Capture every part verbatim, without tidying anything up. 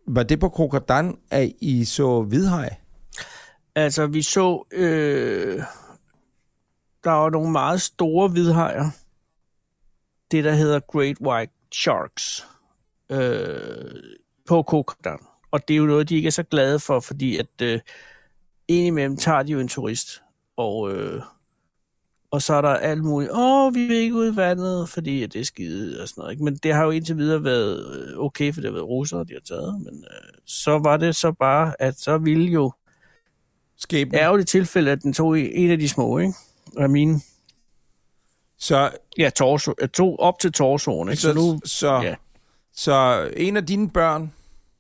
Var det på Krokodam, at I så hvidhaj? Altså, vi så... Øh, der var nogle meget store hvidhajer. Det, der hedder Great White Sharks. Øh, på Krokodam. Og det er jo noget, de ikke er så glade for, fordi at øh, indimellem tager de jo en turist. Og... Øh, Og så er der alt muligt, åh, vi vil ikke ud i vandet, fordi det er skide og sådan noget. Ikke? Men det har jo indtil videre været okay, for det har været russere, de har taget. Men øh, så var det så bare, at så ville jo... Skæbnen. Det er jo det tilfælde, at den tog en af de små, ikke? Af mine... Så... Ja, torso, jeg tog op til torsoen, ikke? Så, så nu... Så, ja. så en af dine børn...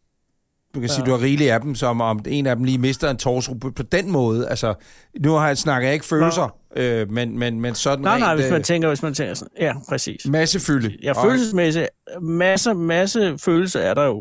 Du kan ja. sige, du har rigeligt af dem, som om en af dem lige mister en torso på, på den måde. Altså, nu har jeg snakket ikke følelser, øh, men, men, men sådan nej, rent... Nej, hvis man tænker, hvis man tænker sådan. Ja, præcis. Masse fylde. Ja, følelsesmæssigt. Masse, masse følelse er der jo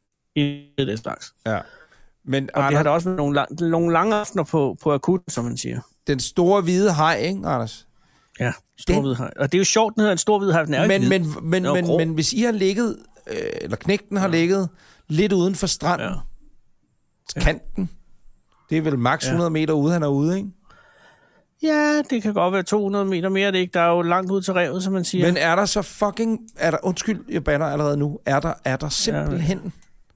i det slags. Ja. Men, og Anders, det har der også været nogle, lang, nogle lange aftener på, på akut, som man siger. Den store hvide haj, ikke, Anders? Ja, stor hvide haj. Og det er jo sjovt, den hedder en stor hvide haj, den er men, jo men, men, men, men, men hvis I har ligget, øh, eller knægten har ja. ligget lidt uden for stranden, ja. kanten. Det er vel maks hundrede meter ude, han er ude, ikke? Ja, det kan godt være to hundrede meter mere, det ikke. Der er jo langt ud til revet, som man siger. Men er der så fucking... Er der, undskyld, jeg banner allerede nu. Er der, er der simpelthen...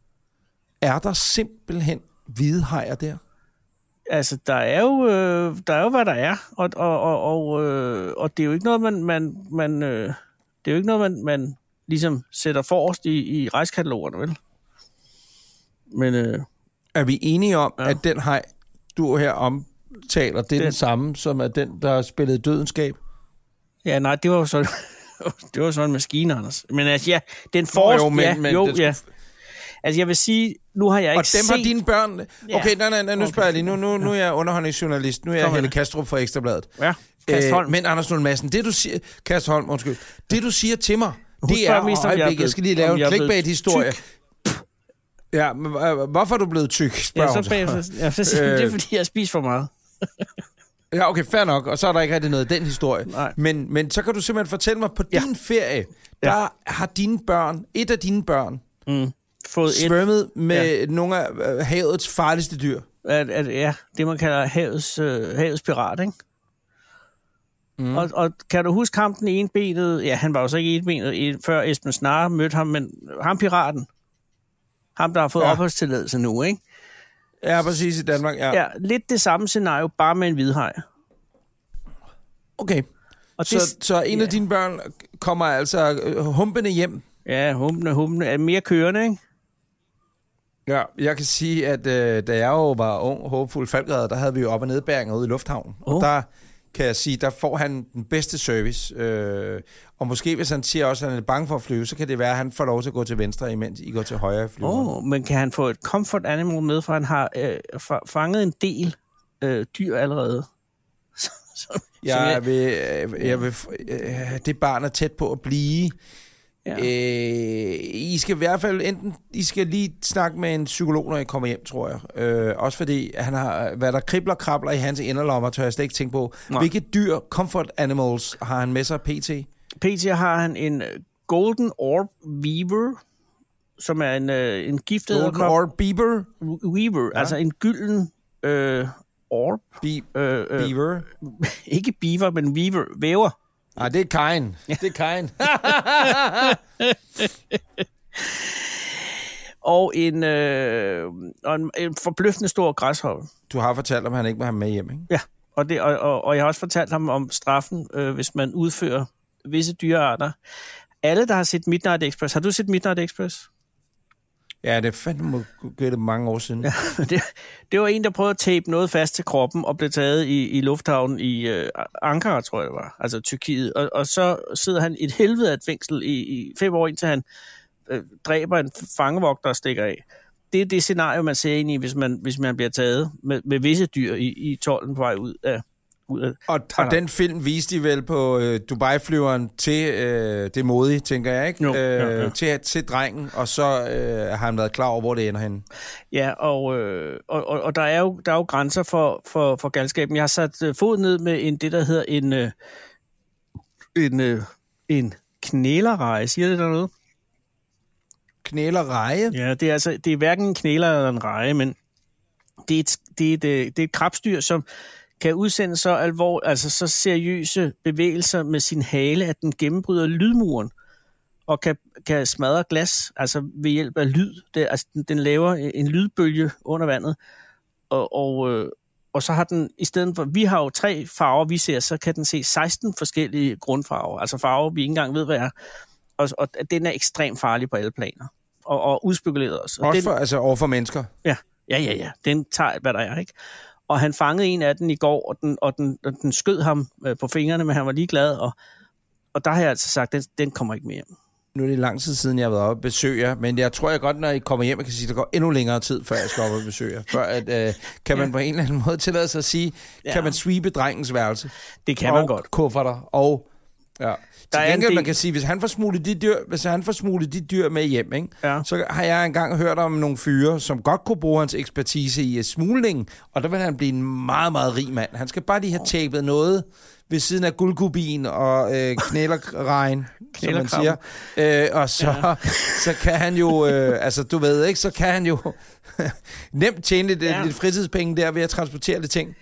Ja. Er der simpelthen hvide hajer der? Altså, der er jo, øh, der er jo hvad der er. Og, og, og, og, øh, og det er jo ikke noget, man... man, man øh, det er jo ikke noget, man, man ligesom sætter forrest i, i rejskatalogerne, vel? Men... Øh, er vi enige om, ja. at den haj, du her omtaler, det er den, den samme, som er den, der har spillet Dødenskab? Ja, nej, det var jo sådan, det var sådan en maskine, Anders. Men altså, ja, den forreste, jo, men, ja, men jo, skulle... ja. Altså, jeg vil sige, nu har jeg ikke og dem set... har dine børn... Okay, nej, nej, nej, nu spørger jeg lige. Nu, nu, nu er jeg underholdningsjournalist. Nu er jeg Helle Kastrup fra Ekstrabladet. Ja, Kastholm. Øh, men Anders Lund Madsen, det du siger... Kastholm, undskyld. Det du siger til mig, det er... Mest, jeg, jeg, jeg skal lige lave en clickbait-historie. Ja, men hvorfor er du blevet tyk, spørger ja, så bagefter, ja, så siger, øh, det er, fordi jeg har spist for meget. Ja, okay, fair nok, og så er der ikke rigtig noget af den historie. Nej. Men, men så kan du simpelthen fortælle mig, på ja. din ferie, der ja. har dine børn, et af dine børn, mm. Fået svømmet et, med ja. nogle af havets farligste dyr. At, at, ja, det man kalder havets, øh, havets pirat, ikke? Mm. Og, og kan du huske kampen i enbenet? Ja, han var jo så ikke enbenet, før Esben Snare mødte ham, men ham piraten. Ham, der har fået ja. opholdstilladelse nu, ikke? Ja, præcis i Danmark, ja. Ja, lidt det samme scenario, bare med en hvidhaj. Okay, og det, så, så en ja. af dine børn kommer altså humpende hjem? Ja, humpende, humpende. Er mere kørende, ikke? Ja, jeg kan sige, at øh, da jeg jo var ung, håbefuld Falkred, der havde vi jo op- og nedbæringer ude i lufthavnen. Oh. Og der kan jeg sige, der får han den bedste service. Øh, og måske hvis han siger også, at han er bange for at flyve, så kan det være, at han får lov til at gå til venstre, imens I går til højre i flyveren. Oh, men kan han få et comfort animal med, for han har øh, fanget en del øh, dyr allerede? så, så, jeg, jeg vil, jeg vil, øh, det barn er tæt på at blive... Ja. Øh, I skal i hvert fald enten I skal lige snakke med en psykolog, når I kommer hjem, tror jeg. Øh, også fordi han har, hvad der kribler og krabler i hans inderlommer, tør jeg slet ikke tænke på. Nej. Hvilke dyr, comfort animals, har han med sig P T? P T har han en Golden Orb Weaver, som er en, øh, en giftet... Golden Orb Beaver? Weaver, ja. Altså en gylden øh, orb. Be- øh, øh, beaver? Ikke beaver, men weaver, væver. Ah, det er Kain. Det er Kain. og en, øh, og en, en forbløffende stor græshoppe. Du har fortalt ham, at han ikke må have med hjem, ikke? Ja, og, det, og, og, og jeg har også fortalt ham om straffen, øh, hvis man udfører visse dyrearter. Alle, der har set Midnight Express. Har du set Midnight Express? Ja, det er fandme det mange år siden. Ja, det, det var en, der prøvede at tape noget fast til kroppen og blev taget i, i lufthavnen i øh, Ankara, tror jeg det var, altså Tyrkiet. Og, og så sidder han i et helvede af et fængsel i, i fem år, indtil han øh, dræber en fangevogter og stikker af. Det er det scenario, man ser ind i, hvis man, hvis man bliver taget med, med visse dyr i, i tolden på vej ud af... Og, og den film viste de vel på øh, Dubai-flyveren til øh, det modige, tænker jeg, ikke? Jo, øh, ja, ja. Til, til drengen, og så øh, har han været klar over, hvor det ender henne. Ja, og, øh, og, og, og der, er jo, der er jo grænser for, for, for galskaben. Jeg har sat øh, fod ned med en, det, der hedder en, øh, en, øh, en knælerreje. Siger det der noget? knælerreje. Ja, det er altså det er hverken en knæler eller en reje, men det er et, det er et, det er et krabstyr, som kan udsende så alvor, altså så seriøse bevægelser med sin hale, at den gennembryder lydmuren og kan, kan smadre glas, altså ved hjælp af lyd. Det, altså, den, den laver en lydbølge under vandet, og, og, øh, og så har den, i stedet for, vi har jo tre farver, vi ser, så kan den se seksten forskellige grundfarver, altså farver, vi ikke engang ved, hvad er. Og, og den er ekstremt farlig på alle planer, og, og udspekuleret også. Også den, for, altså over for mennesker? Ja, ja, ja, ja. Den tager, hvad der er, ikke? Og han fangede en af den i går, og den, og den, og den skød ham øh, på fingrene, men han var ligeglad, og, og der har jeg altså sagt, den, den kommer ikke med hjem. Nu er det lang tid siden, jeg har været oppe og besøge jer, men jeg tror jeg godt, når I kommer hjem, jeg kan sige, at der går endnu længere tid, før jeg skal op og besøge jer. Før at, øh, kan man ja. på en eller anden måde tillade sig at sige, ja. kan man sweepe drengens værelse? Det kan man godt. Og kufferter, og... Ja. Der Til gengæld, man kan sige, hvis han får smuglet de dyr, hvis han får smuglet de dyr med hjem, ikke? Ja. Så har jeg engang hørt om nogle fyre, som godt kunne bruge hans ekspertise i smugling, og der vil han blive en meget, meget rig mand. Han skal bare lige have tapet noget ved siden af guldkubin og øh, knælerregn, som man siger. Øh, og så, ja. så kan han jo, øh, altså du ved ikke, så kan han jo nemt tjene lidt, ja. lidt fritidspenge der ved at transportere lidt ting.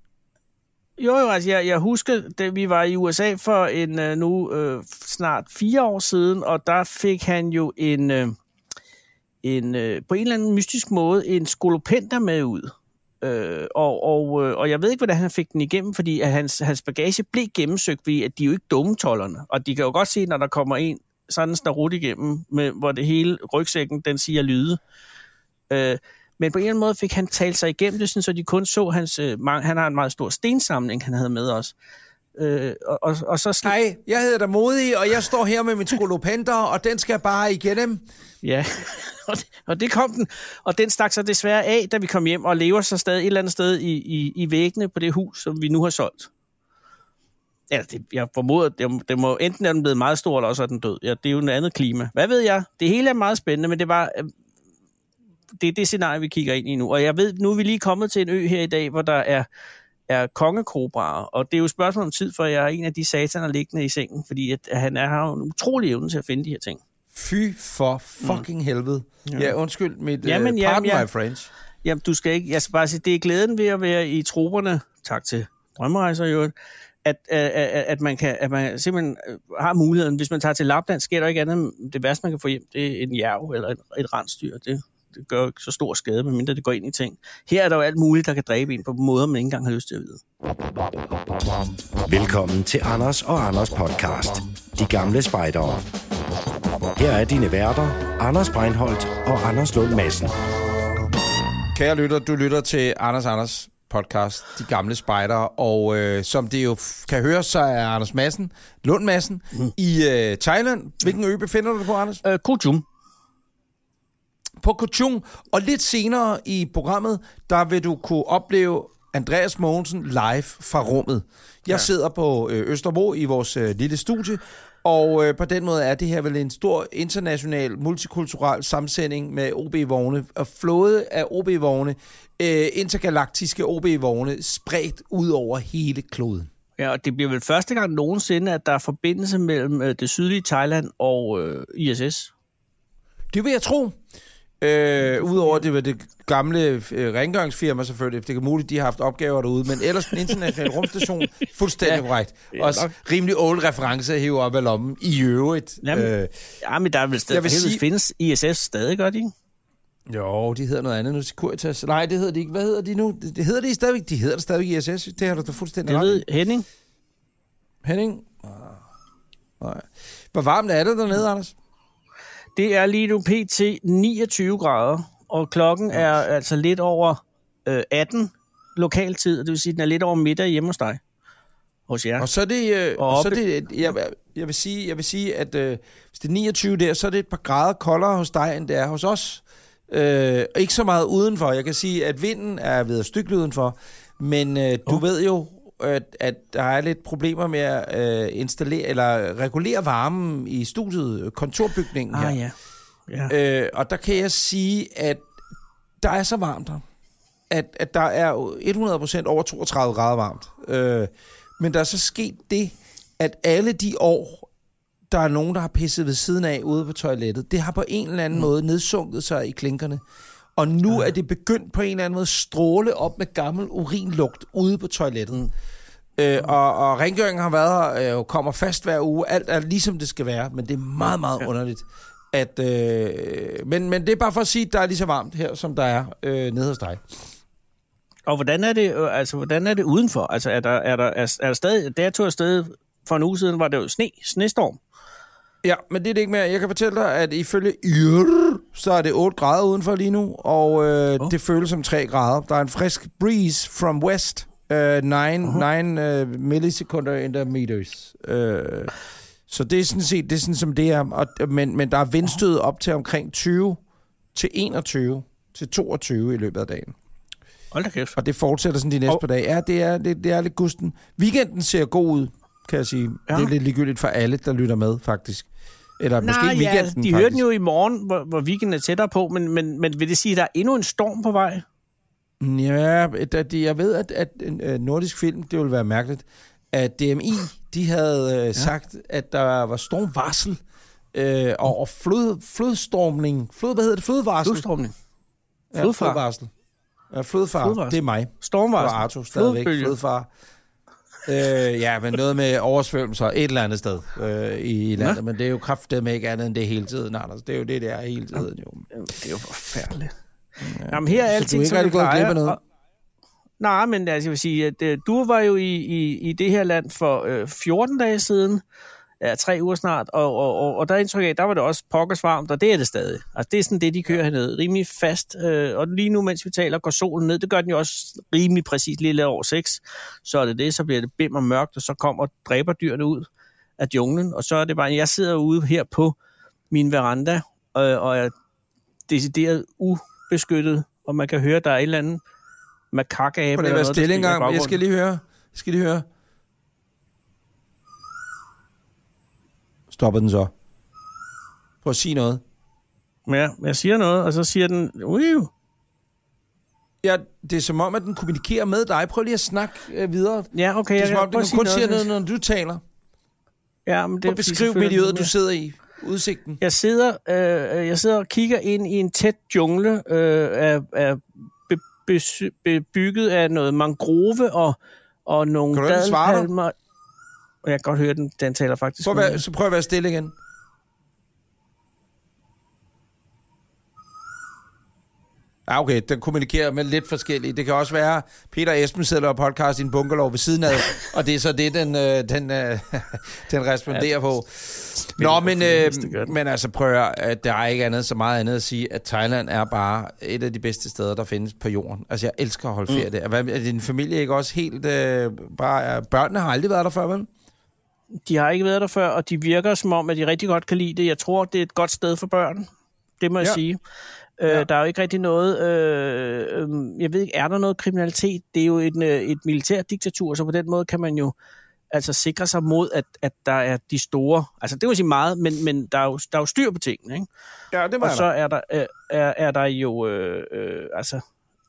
Jo, jo, altså jeg, jeg husker, da vi var i U S A for en uh, nu uh, snart fire år siden, og der fik han jo en, uh, en uh, på en eller anden mystisk måde en skolopender med ud. Uh, og, og, uh, og jeg ved ikke, hvordan han fik den igennem, fordi at hans, hans bagage blev gennemsøgt, fordi at de er jo ikke dumme tolderne. Og de kan jo godt se, når der kommer en sådan en starut igennem, med, hvor det hele rygsækken, den siger lyde. Uh, Men på en eller anden måde fik han talt sig igennem det, så de kun så hans... Øh, han har en meget stor stensamling, han havde med os. Øh, og, og, og så... Sl- Hej, jeg hedder da Modig, og jeg står her med min skolopender, og den skal bare igennem. Ja, og det, og det kom den. Og den stak sig desværre af, da vi kom hjem, og lever så stadig et eller andet sted i, i, i væggene på det hus, som vi nu har solgt. Ja, det, jeg formoder, det, det må enten er den blevet meget stor, eller også er den død. Ja, det er jo en andet klima. Hvad ved jeg? Det hele er meget spændende, men det var... Øh, Det er det scenarie, vi kigger ind i nu. Og jeg ved, nu er vi lige kommet til en ø her i dag, hvor der er, er kongekobraer. Og det er jo et spørgsmål om tid, for jeg er en af de sataner liggende i sengen, fordi at han er, har en utrolig evne til at finde de her ting. Fy for fucking mm. helvede. Ja, ja undskyld mit jamen, uh, pardon jamen, my French. Jamen, du skal ikke... Jeg skal bare sige, det er glæden ved at være i trupperne, tak til Drømmerejser i øvrigt, at, at, at, man kan, at man simpelthen har muligheden. Hvis man tager til Lapland, sker der ikke andet. Det værste, man kan få hjem, det er en jerv eller et, et rensdyr. Det Det gør ikke så stor skade, medmindre det går ind i ting. Her er der jo alt muligt, der kan dræbe en på måder, man ikke engang har lyst til at vide. Velkommen til Anders og Anders podcast. De gamle spejdere. Her er dine værter, Anders Breinholt og Anders Lund Madsen. Kære lytter, du lytter til Anders Anders podcast, De gamle spejdere. Og øh, som det jo kan høre, så er Anders Madsen, Lund Madsen, mm. i øh, Thailand. Hvilken ø befinder du dig på, Anders? Øh, Koh Chum. På Koh Chum, og lidt senere i programmet, der vil du kunne opleve Andreas Mogensen live fra rummet. Jeg ja. sidder på øh, Østerbro i vores øh, lille studie, og øh, på den måde er det her vel en stor international, multikulturel sammensætning med O B-vogne, og flåde af O B-vogne, øh, intergalaktiske O B-vogne, spredt ud over hele kloden. Ja, og det bliver vel første gang nogensinde, at der er forbindelse mellem øh, det sydlige Thailand og øh, I S S. Det vil jeg tro. Øh, Udover det var det gamle øh, rengøringsfirma selvfølgelig. Det er muligt, de har haft opgaver derude, men ellers den internationale rumstation, fuldstændig ja, korrekt. Også nok. Rimelig old reference at hive op af lommen i øvrigt. Jamen, øh, ja, men der er vel stadig, sige... findes I S S stadig, gør de ikke? Jo, de hedder noget andet nu. Securitas. Nej, det hedder de ikke. Hvad hedder de nu? Det hedder de stadigvæk. De hedder det stadigvæk I S S. Det har du da fuldstændig ret. Det hedder Henning. Henning? Nej. Hvor varmt er det dernede, Anders? Det er lige nu pt. niogtyve grader, og klokken er altså lidt over øh, atten lokaltid, det vil sige, den er lidt over middag hjemme hos dig. Hos jer. Og så er det, øh, og og så er det jeg, jeg, vil sige, jeg vil sige, at øh, hvis det er niogtyve der, så er det et par grader koldere hos dig, end det er hos os. Øh, ikke så meget udenfor. Jeg kan sige, at vinden er ved at stykle udenfor, men øh, du oh. ved jo, at, at der er lidt problemer med at øh, installere eller regulere varmen i studiet, kontorbygningen her. Ah, ja. Ja. Øh, og der kan jeg sige, at der er så varmt her, at, at der er hundrede procent over toogtredive grader varmt. Øh, men der er så sket det, at alle de år, der er nogen, der har pisset ved siden af ude på toilettet. Det har på en eller anden mm. måde nedsunket sig i klinkerne. Og nu ja. er det begyndt på en eller anden måde at stråle op med gammel urinlugt ude på toilettet. Mm. Øh, og, og rengøringen har været her, øh, kommer fast hver uge. Alt er ligesom det skal være, men det er meget, meget ja. underligt. At, øh, men, men det er bare for at sige, at der er lige så varmt her, som der er øh, nede hos dig. Og hvordan er det, altså, hvordan er det udenfor? Altså, er der, er der, er, er der stadig... Da jeg tog afsted for en uge siden, var det jo sne, snestorm. Ja, men det er det ikke mere. Jeg kan fortælle dig, at ifølge Yr, så er det otte grader udenfor lige nu, og øh, oh. det føles som tre grader. Der er en frisk breeze from west, øh, nine uh, millisekunder in the meters. Øh, så det er sådan set, det er sådan, som det er. Og, men, men der er vindstød op til omkring tyve til enogtyve til toogtyve i løbet af dagen. Hold da kæft. Og det fortsætter sådan de næste oh. par dage. Ja, det er, det, det er lidt gusten. Weekenden ser god ud, kan jeg sige. Ja. Det er lidt ligegyldigt for alle, der lytter med, faktisk. Eller Nej, måske weekenden, ja, de faktisk. hører den jo i morgen, hvor, hvor weekenden er tættere på, men, men, men vil det sige, at der er endnu en storm på vej? Ja, jeg ved, at, at en nordisk film, det ville være mærkeligt, at D M I, de havde ja. sagt, at der var stormvarsel øh, og, og flod, flodstormning. Flod, hvad hedder det? Flodvarsel? Flodstormning. Ja, flodvarsel. Ja, flodfar, flodvarsel. Det er mig. Stormvarsel. Og Arto stadigvæk. Flodfar. Øh, ja, men noget med oversvømmelser et eller andet sted øh, i landet, ja. Men det er jo kraftedeme ikke andet end det hele tiden, Anders. Det er jo det, det er hele tiden. Jo. Det er jo forfærdeligt. Ja. Jamen, her er alting, som det plejer. Noget? Og... Nej, men altså, jeg vil sige, at uh, du var jo i, i, i det her land for uh, fjorten dage siden, ja, tre uger snart, og, og, og, og der indtryk af, der var det også pokkers varmt, og det er det stadig. Altså, det er sådan det, de kører hernede. Rimelig fast, øh, og lige nu, mens vi taler, går solen ned. Det gør den jo også rimelig præcis lige lidt over seks. Så er det det, så bliver det bim og mørkt, og så kommer dræberdyrene ud af junglen, og så er det bare, jeg sidder ude her på min veranda, øh, og er decideret ubeskyttet, og man kan høre, der er et eller andet makakabe. Prøv lige at være stille engang, jeg skal lige høre. Jeg skal lige høre. Stopper den så. Prøv at sige noget. Ja, jeg siger noget, og så siger den... Uiv. Ja, det er som om, at den kommunikerer med dig. Prøv lige at snakke øh, videre. Ja, okay. Det er som om, den kun noget, siger noget, når du taler. Ja, men det Prøv at beskrive miljøet, du sidder i. Udsigten. Jeg sidder, øh, jeg sidder og kigger ind i en tæt jungle øh, af, af be, be, bebygget af noget mangrove og, og nogle daddelpalmer. Og jeg kan godt høre den, den taler faktisk. Prøv være, så prøv at være stille igen. Ja, okay, den kommunikerer med lidt forskellige. Det kan også være, Peter Esben sidder og podcast i en bunkerlov ved siden af, og det er så det, den, den, den responderer ja, på. Nå, men, øh, men altså prøv at der er ikke andet så meget andet at sige, at Thailand er bare et af de bedste steder, der findes på jorden. Altså, jeg elsker at holde ferie mm. der. Er din familie ikke også helt øh, bare... Børnene har aldrig været der før, vel? De har ikke været der før, og de virker som om, at de rigtig godt kan lide det. Jeg tror, det er et godt sted for børn. Det må jeg ja. sige. Ja. Øh, der er jo ikke rigtig noget... Øh, øh, jeg ved ikke, er der noget kriminalitet? Det er jo et, et militærdiktatur, så på den måde kan man jo altså sikre sig mod, at, at der er de store... Altså, det vil sige meget, men, men der, er jo, der er jo styr på tingene, ikke? Ja, det var Og så er der, øh, er, er der jo... Øh, øh, altså...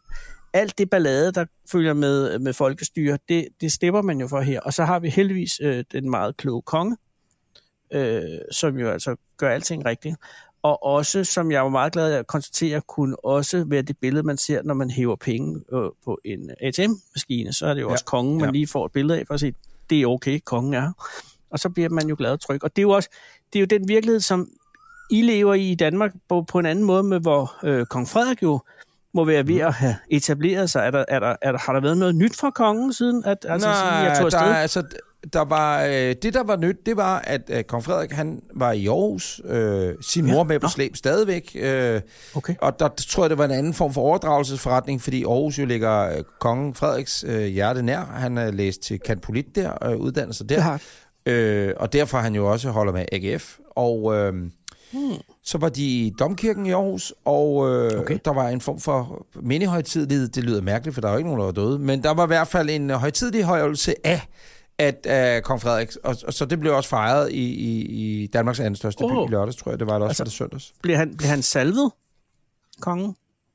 Alt det ballade, der følger med, med folkestyre, det, det slipper man jo for her. Og så har vi heldigvis øh, den meget kloge konge, øh, som jo altså gør alting rigtigt. Og også, som jeg var meget glad af at konstatere, kunne også være det billede, man ser, når man hæver penge øh, på en A T M-maskine. Så er det jo ja. også kongen, man ja. lige får et billede af for at se, det er okay, kongen er. Og så bliver man jo glad og tryg. Og det er jo også det er jo den virkelighed, som I lever i i Danmark på, på en anden måde, med hvor øh, kong Frederik jo må være ved at have etableret sig. Er der, er der, er der, har der været noget nyt fra kongen siden? At, altså, Nej, siden jeg tog der, altså, der var, øh, det, der var nyt, det var, at øh, kong Frederik, han var i Aarhus, øh, sin mor ja, med på slæb stadigvæk. Øh, okay. Og der tror jeg, det var en anden form for overdragelsesforretning, fordi Aarhus jo ligger øh, kongen Frederiks øh, hjerte nær. Han er læst til kanpolit der, og øh, uddannet sig der. Øh, og derfor han jo også holder med A G F. Og... Øh, Hmm. Så var de i Domkirken i Aarhus, og øh, okay. der var en form for mindehøjtidelighed. Det lyder mærkeligt, for der var ikke nogen, der var døde. Men der var i hvert fald en højtidelig højelse af at uh, kong Frederik. Og, og så det blev også fejret i, i, i Danmarks anden største oh. by i lørdags, tror jeg. Det var det også altså, for det søndags. Blev han, blev han salvet, kongen?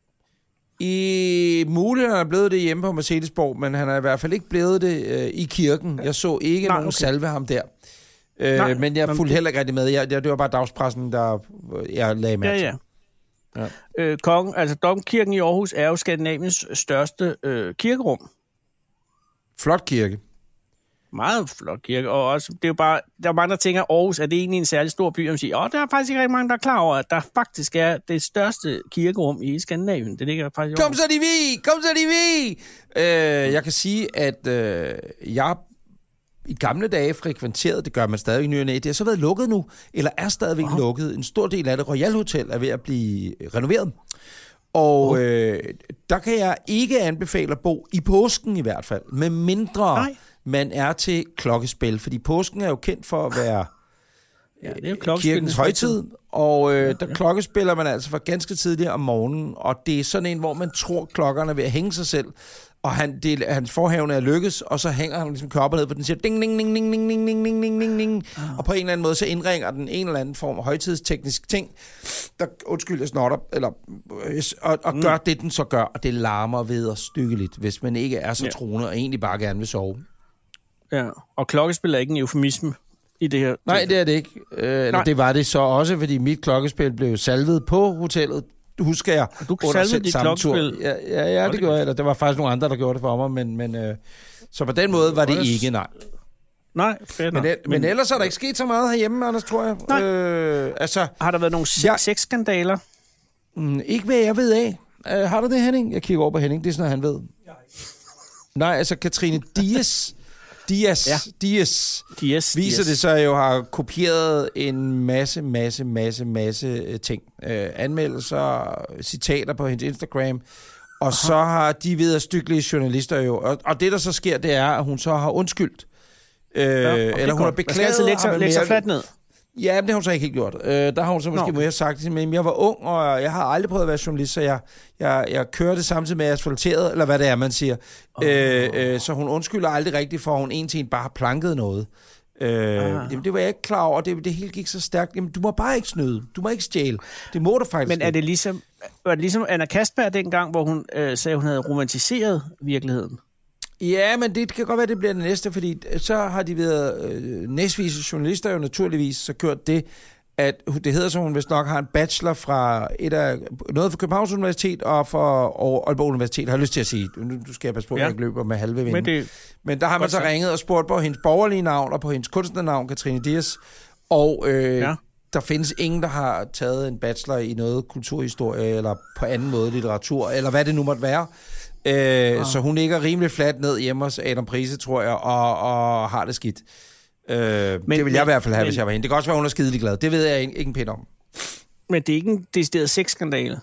I muligt han er blevet det hjemme på Mercedesborg, men han er i hvert fald ikke blevet det uh, i kirken. Jeg så ikke Nej, nogen okay. salve ham der. Øh, men jeg fulgte heller ikke rigtig med. Jeg, det var bare dagspressen, der jeg lagde mærke til. Ja, ja. ja. Øh, Kongen, altså Domkirken i Aarhus er jo Skandinaviens største øh, kirkerum. Flot kirke. Meget flot kirke, og også, det er jo bare, der er mange, der tænker, at Aarhus er det egentlig en særlig stor by, og man siger, åh, der er faktisk ikke rigtig mange, der er klar over, at der faktisk er det største kirkerum i Skandinavien. Det ligger faktisk i Kom så de vi! Kom så de vi! Øh, jeg kan sige, at øh, jeg i gamle dage frekventerede, det gør man stadig i ny og næ, det har så været lukket nu, eller er stadigvæk oh. lukket. En stor del af det, Royal Hotel, er ved at blive renoveret. Og oh. øh, der kan jeg ikke anbefale at bo, i påsken i hvert fald, med mindre Nej. man er til klokkespil. Fordi påsken er jo kendt for at være ja, det er jo kirkens højtid, og øh, der ja. klokkespiller man altså fra ganske tidligt om morgenen, og det er sådan en, hvor man tror, klokkerne er ved at hænge sig selv, og han, det, hans forhævne er lykkes, og så hænger han ligesom kører op og ned, for den siger ding, ding, ding, ding, ding, ding, ding, ding, ding, ding, ding. Oh. Og på en eller anden måde, så indringer den en eller anden form af højtidsteknisk ting, der, undskyld, jeg snotter, eller, og, og mm. gør det, den så gør, og det larmer ved og stykkeligt, hvis man ikke er så ja. troende, og egentlig bare gerne vil sove. Ja, og klokkespil er ikke en eufemisme i det her. Nej, det er det ikke. Øh, eller det var det så også, fordi mit klokkespil blev salvet på hotellet, husker jeg. Du salvede dit klokkespil? Ja, ja, ja, det, det gjorde jeg. Eller det var faktisk nogle andre, der gjorde det for mig, men, men øh, så på den måde var det ikke, nej. Nej, fedt men, men, men ellers er der ikke sket så meget herhjemme, Anders, tror jeg. Nej. Øh, altså, har der været nogle ja, sexskandaler? Mm, ikke hvad jeg ved af. Uh, har du det, Henning? Jeg kigger over på Henning, det er sådan noget, han ved. Nej, altså Katrine Dias... Dias, ja. Dias, Dias viser Dias. det så jo har kopieret en masse, masse, masse, masse ting. Øh, anmeldelser, citater på hendes Instagram, og Aha. så har de vederstykkelige journalister jo, og, og det der så sker, det er, at hun så har undskyldt. Øh, ja, eller hun har beklaget. Man skal altså lægge sig fladt ned. Ja, men det har hun så ikke helt gjort. Øh, der har hun så måske mere sagt, at jeg var ung, og jeg har aldrig prøvet at være journalist, så jeg, jeg, jeg kørte samtidig med asfalteret, eller hvad det er, man siger. Oh. Øh, øh, så hun undskylder aldrig rigtigt, for hun en til en bare har planket noget. Øh, jamen, det var jeg ikke klar over, det, det hele gik så stærkt. Jamen, du må bare ikke snyde, du må ikke stjæle. Det må du faktisk. Men er det ligesom, var det ligesom Anna Kastberg dengang, hvor hun øh, sagde, hun havde romantiseret virkeligheden? Ja, men det kan godt være, det bliver det næste, fordi så har de været øh, næstvise journalister jo naturligvis så gjort det, at det hedder så, hun vist nok har en bachelor fra et af, noget fra Københavns Universitet og fra Aalborg Universitet, har jeg lyst til at sige. Nu skal jeg passe på, at ja. jeg ikke løber med halve vinden. Men, det, men der har man så ringet og spurgt på hendes borgerlige navn og på hendes kunstnernavn, Katrine Dias, og øh, ja. der findes ingen, der har taget en bachelor i noget kulturhistorie eller på anden måde litteratur, eller hvad det nu måtte være. Øh, ah. Så hun ligger rimelig fladt ned hjemme hos Adam Prise, tror jeg, og, og har det skidt. Øh, men, det vil jeg men, i hvert fald have, men, hvis jeg var hende. Det kan også være, hun er skidelig glad. Det ved jeg ikke, ikke en pind om. Men det er ikke en decideret sexskandale?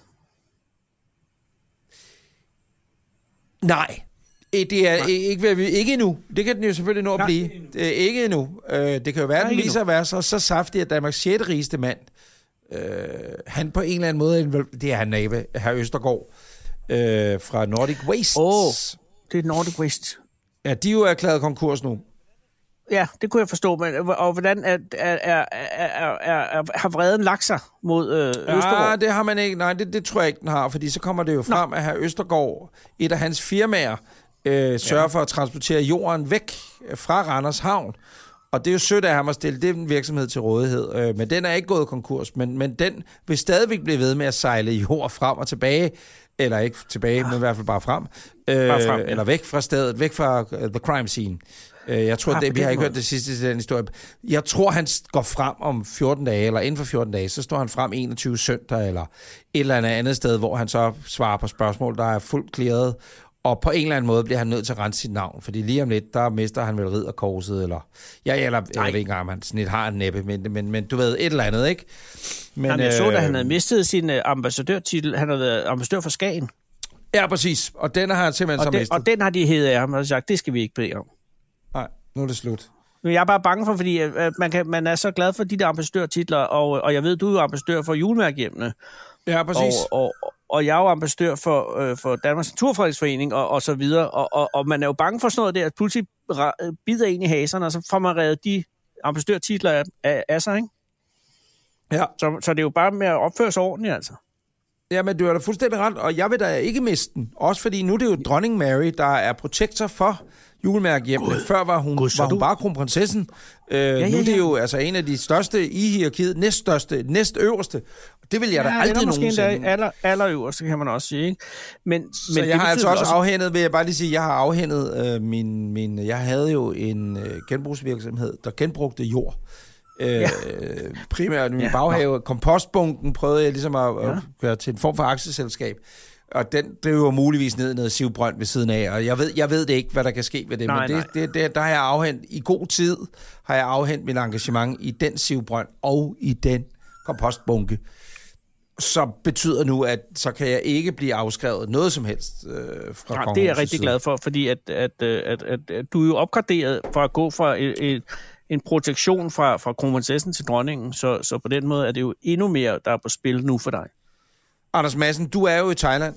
Nej. Det er Nej. Ikke, ikke endnu. Det kan den jo selvfølgelig nå at blive. Det er ikke endnu. Øh, det kan jo være, at den viser at være så, så saftig, at Danmarks sjette rigeste mand, øh, han på en eller anden måde, det er han nabe, herr Østergaard, Øh, fra Nordic Waste. Åh, oh, det er Nordic Waste. Ja, de er jo erklæret konkurs nu. Ja, det kunne jeg forstå, men og hvordan er, er, er, er, er, har vreden lagt sig mod øh, Østergaard? Ja, det har man ikke. Nej, det, det tror jeg ikke, den har, fordi så kommer det jo frem, Nå. at herr Østergaard, et af hans firmaer, øh, sørger ja. for at transportere jorden væk fra Randers Havn. Og det er jo sødt af ham at stille den virksomhed til rådighed. Øh, men den er ikke gået konkurs, men, men den vil stadigvæk blive ved med at sejle jord frem og tilbage. Eller ikke tilbage, men i hvert fald bare frem. Øh, bare frem ja. Eller væk fra stedet, væk fra uh, the crime scene. Uh, jeg tror, ah, det, vi har ikke hørt det sidste til den historie. Jeg tror, han går frem om fjorten dage, eller inden for fjorten dage, så står han frem enogtyve søndag, eller et eller andet andet sted, hvor han så svarer på spørgsmål, der er fuldt clearet. Og på en eller anden måde bliver han nødt til at rense sit navn, fordi lige om lidt, der mister han vel ridderkorset, eller... Ja, eller jeg ved ikke engang, om han snit har en næppe, men, men, men du ved, et eller andet, ikke? Men, Jamen, jeg øh, så, at han havde mistet sin ambassadørtitel. Han havde været ambassadør for Skagen. Ja, præcis. Og den har han simpelthen og så den, mistet. Og den har de hævet af ham, og sagt, det skal vi ikke bede om. Nej, nu er det slut. Men jeg er bare bange for, fordi at man, kan, man er så glad for de der ambassadørtitler, og, og jeg ved, du er jo ambassadør for julemærkehjemmene. Ja, præcis. Og, og, og jeg er jo ambassadør for, øh, for Danmarks Naturfredningsforening og, og så videre, og, og, og man er jo bange for sådan noget der, at pludselig bider en i haserne, og så får man reddet de ambassadørtitler af, af, af sig, ikke? Ja. Så, så det er jo bare med at opføre sig ordentligt, altså. Jamen, du er da fuldstændig ret, og jeg vil da ikke miste den. Også fordi nu er det jo dronning Mary, der er protektor for julemærkehjemmene. Før var hun, God, var hun bare kronprinsessen. Øh, ja, ja, ja. Nu er det jo altså en af de største i hierarkiet, næststørste, næstøverste. Det vil jeg ja, da aldrig nogensinde. Ja, aller, aller øverste, kan man også sige. Ikke? Men, så men jeg har altså også afhændet, vil jeg bare lige sige, jeg har afhændet øh, min, min... Jeg havde jo en øh, genbrugsvirksomhed, der genbrugte jord. Øh, ja. Primært i min ja. baghave. Kompostbunken prøvede jeg ligesom at, ja. at gøre til en form for aktieselskab. Og den driver muligvis ned i noget sivbrønd ved siden af. Og jeg ved, jeg ved det ikke, hvad der kan ske ved det. Nej, men det, det, det, der har jeg afhændt, i god tid har jeg afhændt mit engagement i den sivbrønd og i den kompostbunke. Så betyder nu, at så kan jeg ikke blive afskrevet noget som helst øh, fra ja, det er jeg rigtig side. glad for, fordi at, at, at, at, at, at du er jo opgraderet for at gå fra et, et en protektion fra, fra kronprinsessen til dronningen, så, så på den måde er det jo endnu mere, der er på spil nu for dig. Anders Madsen, du er jo i Thailand.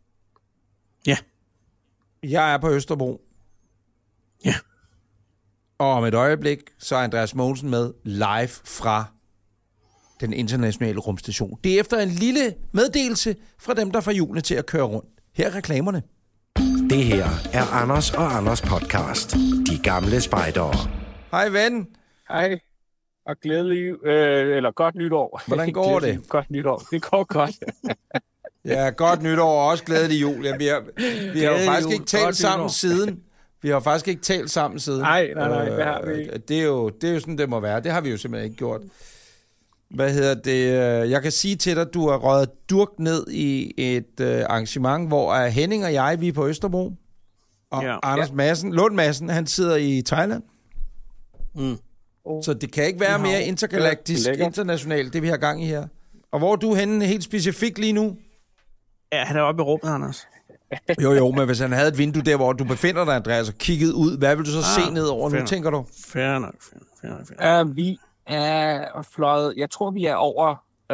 Ja. Jeg er på Østerbro. Ja. Og om et øjeblik, så er Andreas Mogensen med live fra den internationale rumstation. Det er efter en lille meddelelse fra dem, der får hjulene til at køre rundt. Her er reklamerne. Det her er Anders og Anders podcast. De gamle spejdere. Hej ven. Hej, og glædelig, øh, eller godt nytår. Hvordan går det? Godt nytår, det går godt. Ja, godt nytår og også glædelig jul. Ja, vi har, vi har jo faktisk jul. ikke talt godt sammen nytår. siden. Vi har faktisk ikke talt sammen siden. Nej, nej, nej, det har vi ikke. Det er jo, det er jo sådan, det må være. Det har vi jo simpelthen ikke gjort. Hvad hedder det? Jeg kan sige til dig, at du har røget durk ned i et uh, arrangement, hvor Henning og jeg, vi er på Østerbro. Og ja. Anders ja. Madsen, Lund Madsen, han sidder i Thailand. Mm. Så det kan ikke være mere intergalaktisk, ja, internationalt, det vi har gang i her. Og hvor er du henne helt specifikt lige nu? Ja, han er oppe i rummet, Anders. Jo, jo, men hvis han havde et vindue der, hvor du befinder dig, Andreas, og kigget ud, hvad vil du så ah, se ned over nu, tænker du? Fair nok, fair nok. Fair nok. Uh, vi er fløjet, jeg tror, vi er over uh,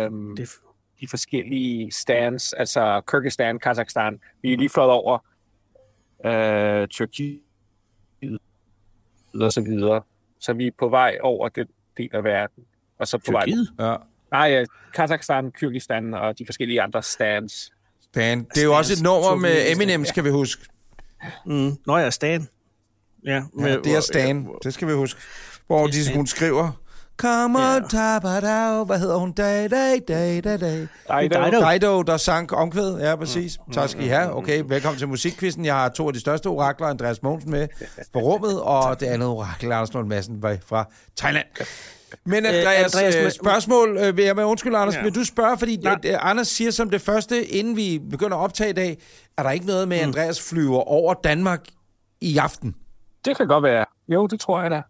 de forskellige stands, altså Kyrgyzstan, Kazakhstan. Vi er lige fløjet over uh, Tyrkiet og så videre. Så vi er på vej over den del af verden. Og så på Tyrkiet? vej... Ja. Nej, Kazakhstan, Kyrgyzstan og de forskellige andre stands. Stan. Det er jo også et nummer med Eminem, skal vi huske. Mm. Nå ja, Stan. Ja, med, ja, det er Stan. Ja, det skal vi huske. Hvor de, hun skriver... Come on, ja. Tabadao. Hvad hedder hun? Day, day, day, day, day. Dido. Dido, der sang omkvæd. Ja, præcis. Mm. Tak skal I have. Okay, velkommen til Musikkvisten. Jeg har to af de største orakler, Andreas Mogensen med på rummet, og det andet orakel, Anders Lund Madsen, fra Thailand. Men Andreas, øh, Andreas spørgsmål øh, vil jeg med undskyld, Anders. Ja. Vil du spørge, fordi det, det, Anders siger som det første, inden vi begynder at optage i dag, er der ikke noget med, at Andreas flyver over Danmark i aften? Det kan godt være. Jo, det tror jeg da.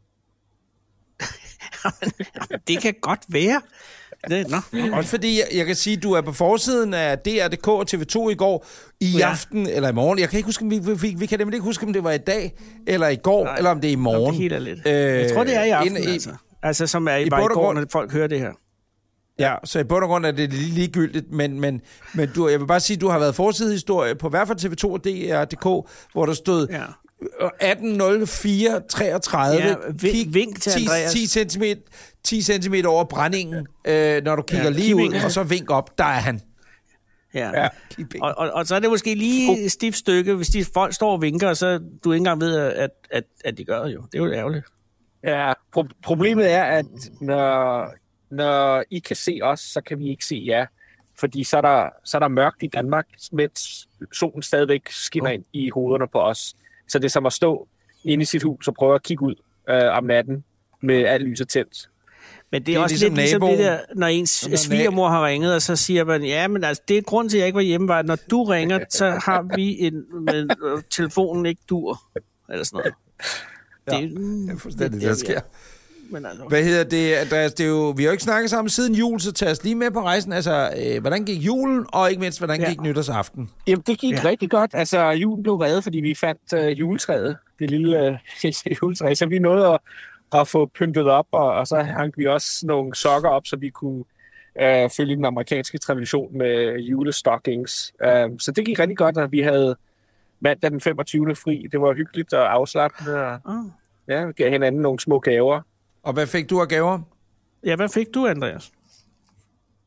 Det kan godt være. Det, no. Også fordi, jeg, jeg kan sige, at du er på forsiden af D R punktum D K og T V to i går, i ja. aften, eller i morgen. Jeg kan ikke huske, om vi, vi, vi kan nemlig ikke huske, om det var i dag, eller i går, Nej. eller om det er i morgen. Det er lidt. Øh, jeg tror, det er i aften, ind, altså. Altså, som er i, i bare i går, grund, når folk hører det her. Ja, så i bund og grund er det lige ligegyldigt, men, men, men du, jeg vil bare sige, at du har været forsidehistorie på hvert fald T V to og D R punktum D K, hvor der stod... Ja. atten nul fire treogtredive Ja, vink, vink til Andreas. ti centimeter over brændingen, øh, når du kigger ja, lige ud, og så vink op, der er han. Ja, ja. Og, og, og så er det måske lige et stift stykke, hvis de folk står og vinker, og så du ikke engang ved, at, at, at de gør det jo. Det er jo ærgerligt. Ja, pro- problemet er, at når, når I kan se os, så kan vi ikke se jer. Fordi så er der, så er der mørkt i Danmark, mens solen stadigvæk skinner oh. ind i hovederne på os. Så det er som at stå inde i sit hus og prøve at kigge ud øh, om natten med alt lyset tændt. Men det er, det er også ligesom lidt ligesom det der, når ens svigermor har ringet, og så siger man, ja, men altså, det er grund til, at jeg ikke var hjemme, var, at når du ringer, så har vi en, men øh, telefonen ikke dur, eller sådan noget. Ja, det, det er fuldstændig det, der sker. Men altså. Hvad hedder det, Andreas? Det er jo, vi har jo ikke snakket sammen siden jul, så tag os lige med på rejsen. Altså, øh, hvordan gik julen, og ikke mindst, hvordan gik ja. nytårsaften? Jamen, det gik ja. rigtig godt. Altså, julen blev reddet, fordi vi fandt øh, juletræet. Det lille øh, juletræ, så vi nåede at, at få pyntet op, og, og så hang vi også nogle sokker op, så vi kunne øh, følge den amerikanske tradition med julestockings. Uh, så det gik rigtig godt, at vi havde mandag den femogtyvende fri. Det var hyggeligt og afslappende. Og, oh. Ja, vi gav hinanden nogle små gaver. Og hvad fik du af gaver? Ja, hvad fik du, Andreas?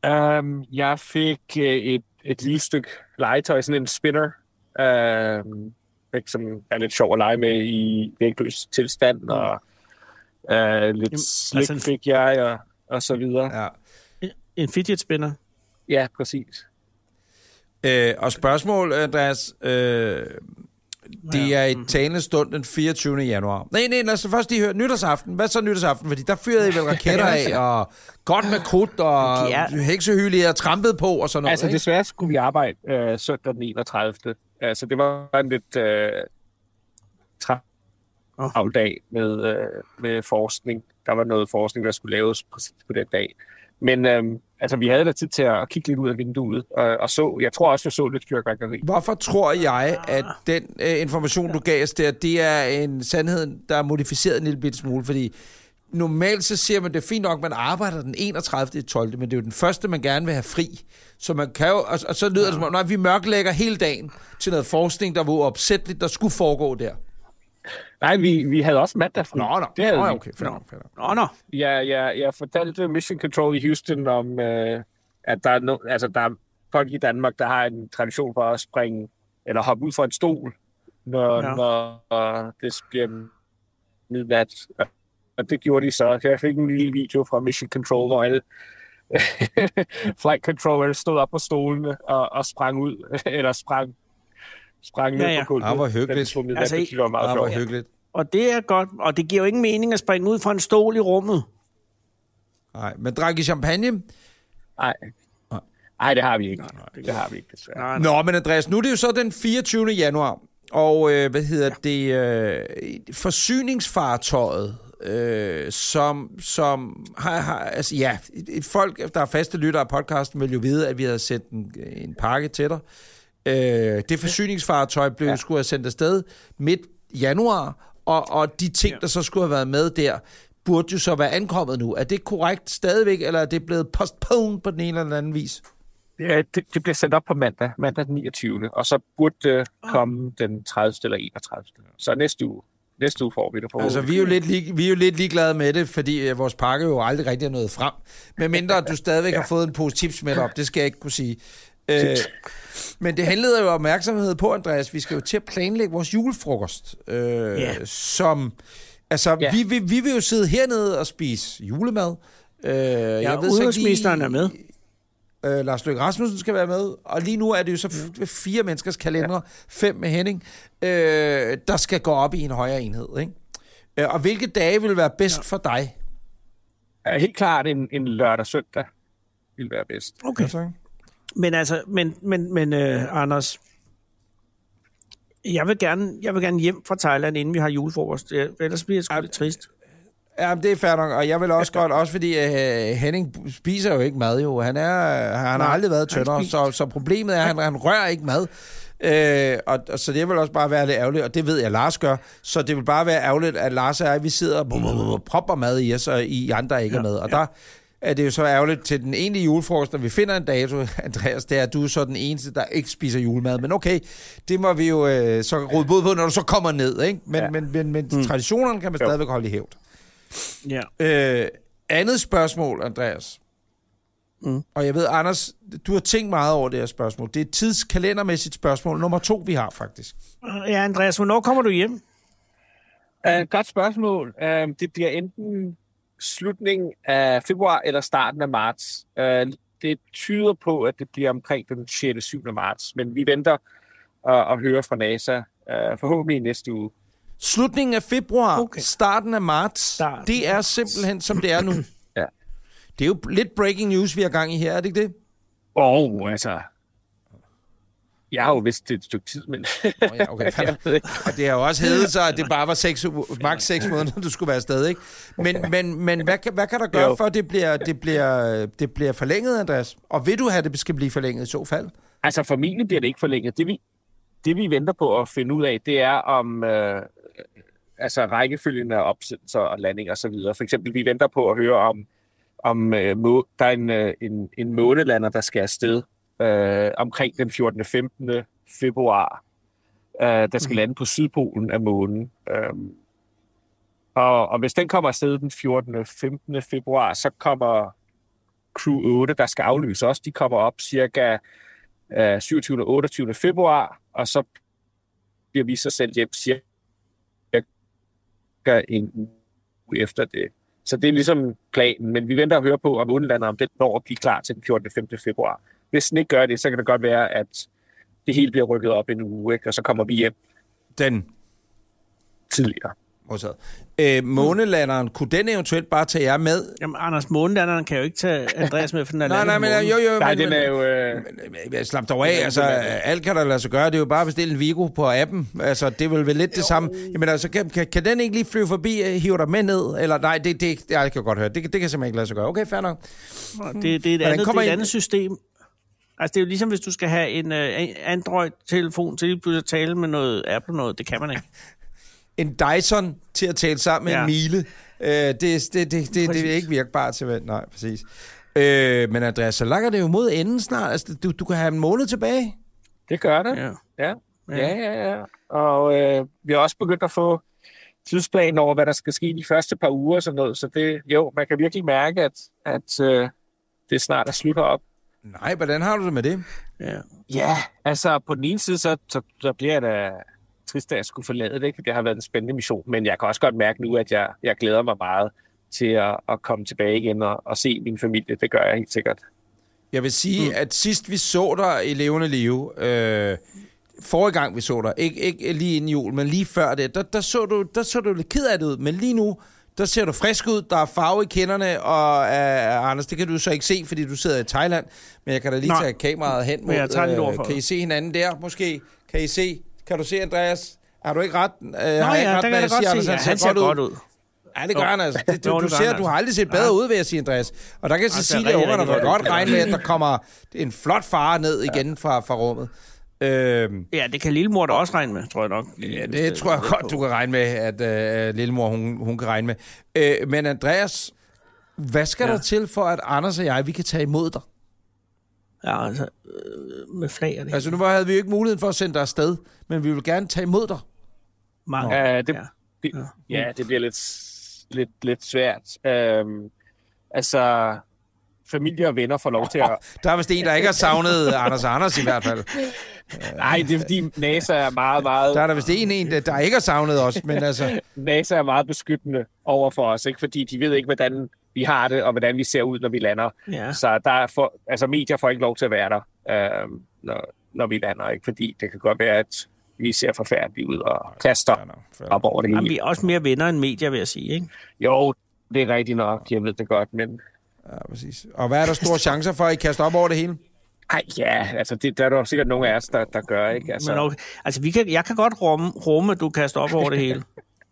Um, jeg fik uh, et, et lille stykke legetøj, sådan en spinner, um, som er lidt sjov at lege med i vægtløs tilstand, og uh, lidt Jamen, slik altså en... fik jeg, og, og så videre. Ja. En fidget spinner? Ja, præcis. Øh, og spørgsmål, Andreas, øh, det er et talende stund den fireogtyvende januar. Nej, nej, lad os først lige høre nytårsaften. Hvad så nytårsaften? Fordi der fyrede I vel raketter af, og godt med krudt, og ja. heksehylde og trampet på, og sådan noget. Altså, desværre skulle vi arbejde øh, søndag den enogtredivte Altså, det var en lidt øh, travl dag med, øh, med forskning. Der var noget forskning, der skulle laves præcis på den dag. Men øhm, altså, vi havde da tid til at kigge lidt ud af vinduet, og, og så, jeg tror også, jeg så lidt fyrværkeri. Hvorfor tror jeg, at den øh, information, du gav os der, det er en sandhed, der er modificeret en lille bitte smule? Fordi normalt så siger man, det er fint nok, man arbejder den enogtredivte tolvte men det er jo den første, man gerne vil have fri. Så man kan jo, og, og så lyder det som om, nej, vi mørklægger hele dagen til noget forskning, der var opsætteligt, der skulle foregå der. Nej, vi, vi havde også mandag fri. Nå, nå. Det havde nå, vi. okay. Fair nok, fair nok. Nå, nå. Ja, jeg, jeg fortalte Mission Control i Houston om, øh, at der er, no, altså, der er folk i Danmark, der har en tradition for at springe, eller hoppe ud fra en stol, når, ja. når uh, det bliver midnat. Og det gjorde de så. Jeg fik en lille video fra Mission Control, hvor alle flight controllers stod op på stolene og, og sprang ud, eller sprang sprang ned ja, ja. på gulvet. Ah, hvor hyggeligt. Den, altså, det var meget ah, hvor hyggeligt. Og det er godt, og det giver jo ingen mening at springe ud fra en stol i rummet. Nej, men drak I champagne? Nej. Nej, det har vi ikke. Nej, nej. Det har vi ikke, desværre. Nej, nej. Nå, men Andreas, nu er det jo så den fireogtyvende januar, og øh, hvad hedder ja. det, øh, forsyningsfartøjet, øh, som, som har, har, altså ja, folk, der er faste lyttere af podcasten, vil jo vide, at vi havde sendt en, en pakke til dig. Øh, det forsyningsfartøj blev ja. skulle have sendt afsted midt januar, og, og de ting, ja. der så skulle have været med der, burde jo så være ankommet nu. Er det korrekt stadigvæk, eller er det blevet postponed på den ene eller anden vis? Ja, det, det bliver sendt op på mandag, mandag den niogtyvende Og så burde det komme den tredivte eller enogtredivte Så næste uge. Næste uge får vi det. Altså, vi er, jo lidt lig, vi er jo lidt ligeglade med det, fordi uh, vores pakke jo aldrig rigtig er nået frem. Men mindre, at du stadigvæk ja. har fået en pose chips med op, det skal jeg ikke kunne sige. Uh, men det henleder jo opmærksomhed på, Andreas. Vi skal jo til at planlægge vores julefrokost. Uh, yeah. Som, altså, yeah. vi, vi, vi vil jo sidde hernede og spise julemad. Uh, ja, jeg ved, udenrigsministeren er med. Uh, Lars Løkke Rasmussen skal være med, og lige nu er det jo så f- fire menneskers kalender, ja. fem med Henning, uh, der skal gå op i en højere enhed, ikke? Uh, og hvilke dage vil være bedst ja. for dig? Ja, helt klart en, en lørdag søndag vil være bedst. Okay. Ja, men altså, men, men, men uh, Anders, jeg vil, gerne, jeg vil gerne hjem fra Thailand, inden vi har julefrokost, ellers bliver det sgu lidt trist. Ja, det er fair nok, og jeg vil også godt, også fordi uh, Henning spiser jo ikke mad, jo. Han, er, han har aldrig været tyndere, så, så problemet er, at han, han rører ikke mad. Uh, og, og så det vil også bare være lidt ærgerligt, og det ved jeg, Lars gør. Så det vil bare være ærgerligt, at Lars og jeg, vi sidder og propper mad i os, og I andre ikke er med. Og ja. der er det jo så ærgerligt til den egentlige julefrokost, når vi finder en dato, Andreas, det er, at du er så den eneste, der ikke spiser julemad. Men okay, det må vi jo uh, så råde bod på, når du så kommer ned, ikke? Men, ja. men, men, men mm. traditionerne kan man stadigvæk holde i hævd. Ja. Øh, andet spørgsmål, Andreas. Mm. Og jeg ved, Anders, du har tænkt meget over det her spørgsmål. Det er et tidskalendermæssigt spørgsmål. Nummer to, vi har faktisk. Ja, Andreas, hvornår kommer du hjem? Uh, godt spørgsmål. Uh, det bliver enten slutningen af februar eller starten af marts. Uh, det tyder på, at det bliver omkring den sjette syvende marts. Men vi venter uh, at høre fra NASA uh, forhåbentlig næste uge. Slutningen af februar, okay. starten af marts, starten. Det er simpelthen, som det er nu. Ja. Det er jo lidt breaking news, vi har gang i her, er det ikke det? Åh, oh, altså... Jeg har jo vidst det et stykke tid, men... Oh, ja, okay. Og det har jo også heddet sig, at det bare var seks, maks seks måneder, du skulle være afsted, ikke? Men, men, men hvad, kan, hvad kan der gøre jo. for, at det bliver, det, bliver, det bliver forlænget, Andreas? Og vil du have, at det skal blive forlænget i så fald? Altså, formentlig bliver det ikke forlænget. Det vi, det, vi venter på at finde ud af, det er om... Øh, altså rækkefølgen af opsendelser og landinger og så videre. For eksempel, vi venter på at høre om, om øh, må, der er en, øh, en, en månelander, der skal afsted øh, omkring den fjortende femtende februar, øh, der skal lande på sydpolen af månen. Øh, og, og hvis den kommer afsted den fjortende femtende februar, så kommer Crew otte, der skal aflyse også. De kommer op cirka øh, syvogtyvende og otteogtyvende februar, og så bliver vi så sendt hjem cirka en uge efter det. Så det er ligesom planen, men vi venter at høre på, om månelanderen om den når at blive klar til den fjortende og femtende februar. Hvis den ikke gør det, så kan det godt være, at det hele bliver rykket op en uge, ikke? Og så kommer vi hjem Den tidligere. Øh, månelanderen, kunne den eventuelt bare tage jer med? Jamen, Anders, månelanderen kan jo ikke tage Andreas med, for den er Nej, nej, men jo, jo. Nej, men, den er jo... Øh... Men, slap dog af, altså, alt kan der lade sig gøre. Det er jo bare at bestille en Vigo på appen. Altså, det er vel vel lidt det samme. Jamen, altså, kan, kan, kan den ikke lige flyve forbi og hive dig med ned? Eller nej, det, det, det jeg kan godt høre. Det, det kan simpelthen ikke lade sig gøre. Okay, fair nok. Det, det, er, et andet, det er et andet system. Altså, det er jo ligesom, hvis du skal have en uh, Android-telefon til lige pludselig at tale med noget Apple noget. Det kan man ikke. En Dyson til at tale sammen med ja. en Miele. Øh, det, det, det, det, det er ikke virkbart til hvad. Nej, præcis. Øh, men Andreas, så lakker det jo mod enden snart. Altså, du, du kan have en måned tilbage. Det gør det. Ja, ja, ja. ja, ja. Og øh, vi har også begyndt at få tidsplanen over, hvad der skal ske de første par uger og sådan noget. Så det, jo, man kan virkelig mærke, at, at øh, det snart er slut op. Nej, hvordan har du det med det? Ja, ja altså på den ene side, så, så, så bliver jeg da trist, at jeg skulle forlade det, ikke? Det har været en spændende mission, men jeg kan også godt mærke nu, at jeg, jeg glæder mig meget til at, at komme tilbage igen og, og se min familie. Det gør jeg helt sikkert. Jeg vil sige, mm. at sidst vi så dig i levende liv, øh, forrige gang vi så dig, ikke, ikke lige inden jul, men lige før det, der, der, så du, der så du lidt ked af det ud, men lige nu, der ser du frisk ud, der er farve i kinderne, og uh, Anders, det kan du så ikke se, fordi du sidder i Thailand, men jeg kan da lige Nej. tage kameraet hen mod, uh, kan I se hinanden der måske? Kan I se? Kan du se, Andreas? Har du ikke ret? Uh, Nå har ja, ret, der kan jeg godt Anders, se. Ja, han ser godt ud. Ja, det gør han altså. Det, du, jo, det du, ser, han, du har aldrig set bedre ja. ud, vil jeg sige, Andreas. Og der kan jeg sige, at ungerne vil godt regne med, at der kommer en flot far ned igen ja. fra, fra rummet. Øhm, ja, det kan lillemor da også regne med, tror jeg nok. Ja, det, det tror jeg godt, på. du kan regne med, at uh, lillemor, hun, hun kan regne med. Øh, men Andreas, hvad skal ja. der til for, at Anders og jeg, vi kan tage imod dig? Ja, altså, øh, med flag og det. Altså, nu havde vi jo ikke muligheden for at sende dig afsted, men vi vil gerne tage imod dig. Mange. Ja, det, det, ja, det bliver lidt, lidt, lidt svært. Øhm, altså... familie og venner får lov til at... Der er vist en, der ikke har savnet Anders og Anders i hvert fald. Nej, det er fordi NASA er meget, meget... Der er der vist en, en der ikke har savnet os, men altså... NASA er meget beskyttende over for os, ikke? Fordi de ved ikke, hvordan vi har det, og hvordan vi ser ud, når vi lander. Ja. Så der er for, altså, medier får ikke lov til at være der, øh, når, når vi lander, ikke? Fordi det kan godt være, at vi ser forfærdeligt ud og kaster op over det hele. Jamen, vi er også mere venner end medier, vil jeg sige, ikke? Jo, det er rigtigt nok. Jeg ved det godt, men... Ja, præcis. Og hvad er der store chancer for, at I kaster op over det hele? Ej, ja, altså det, der er der sikkert nogle af os, der, der gør, ikke? Altså, Men okay, altså vi kan, jeg kan godt rumme, rumme, du kaster op over det hele.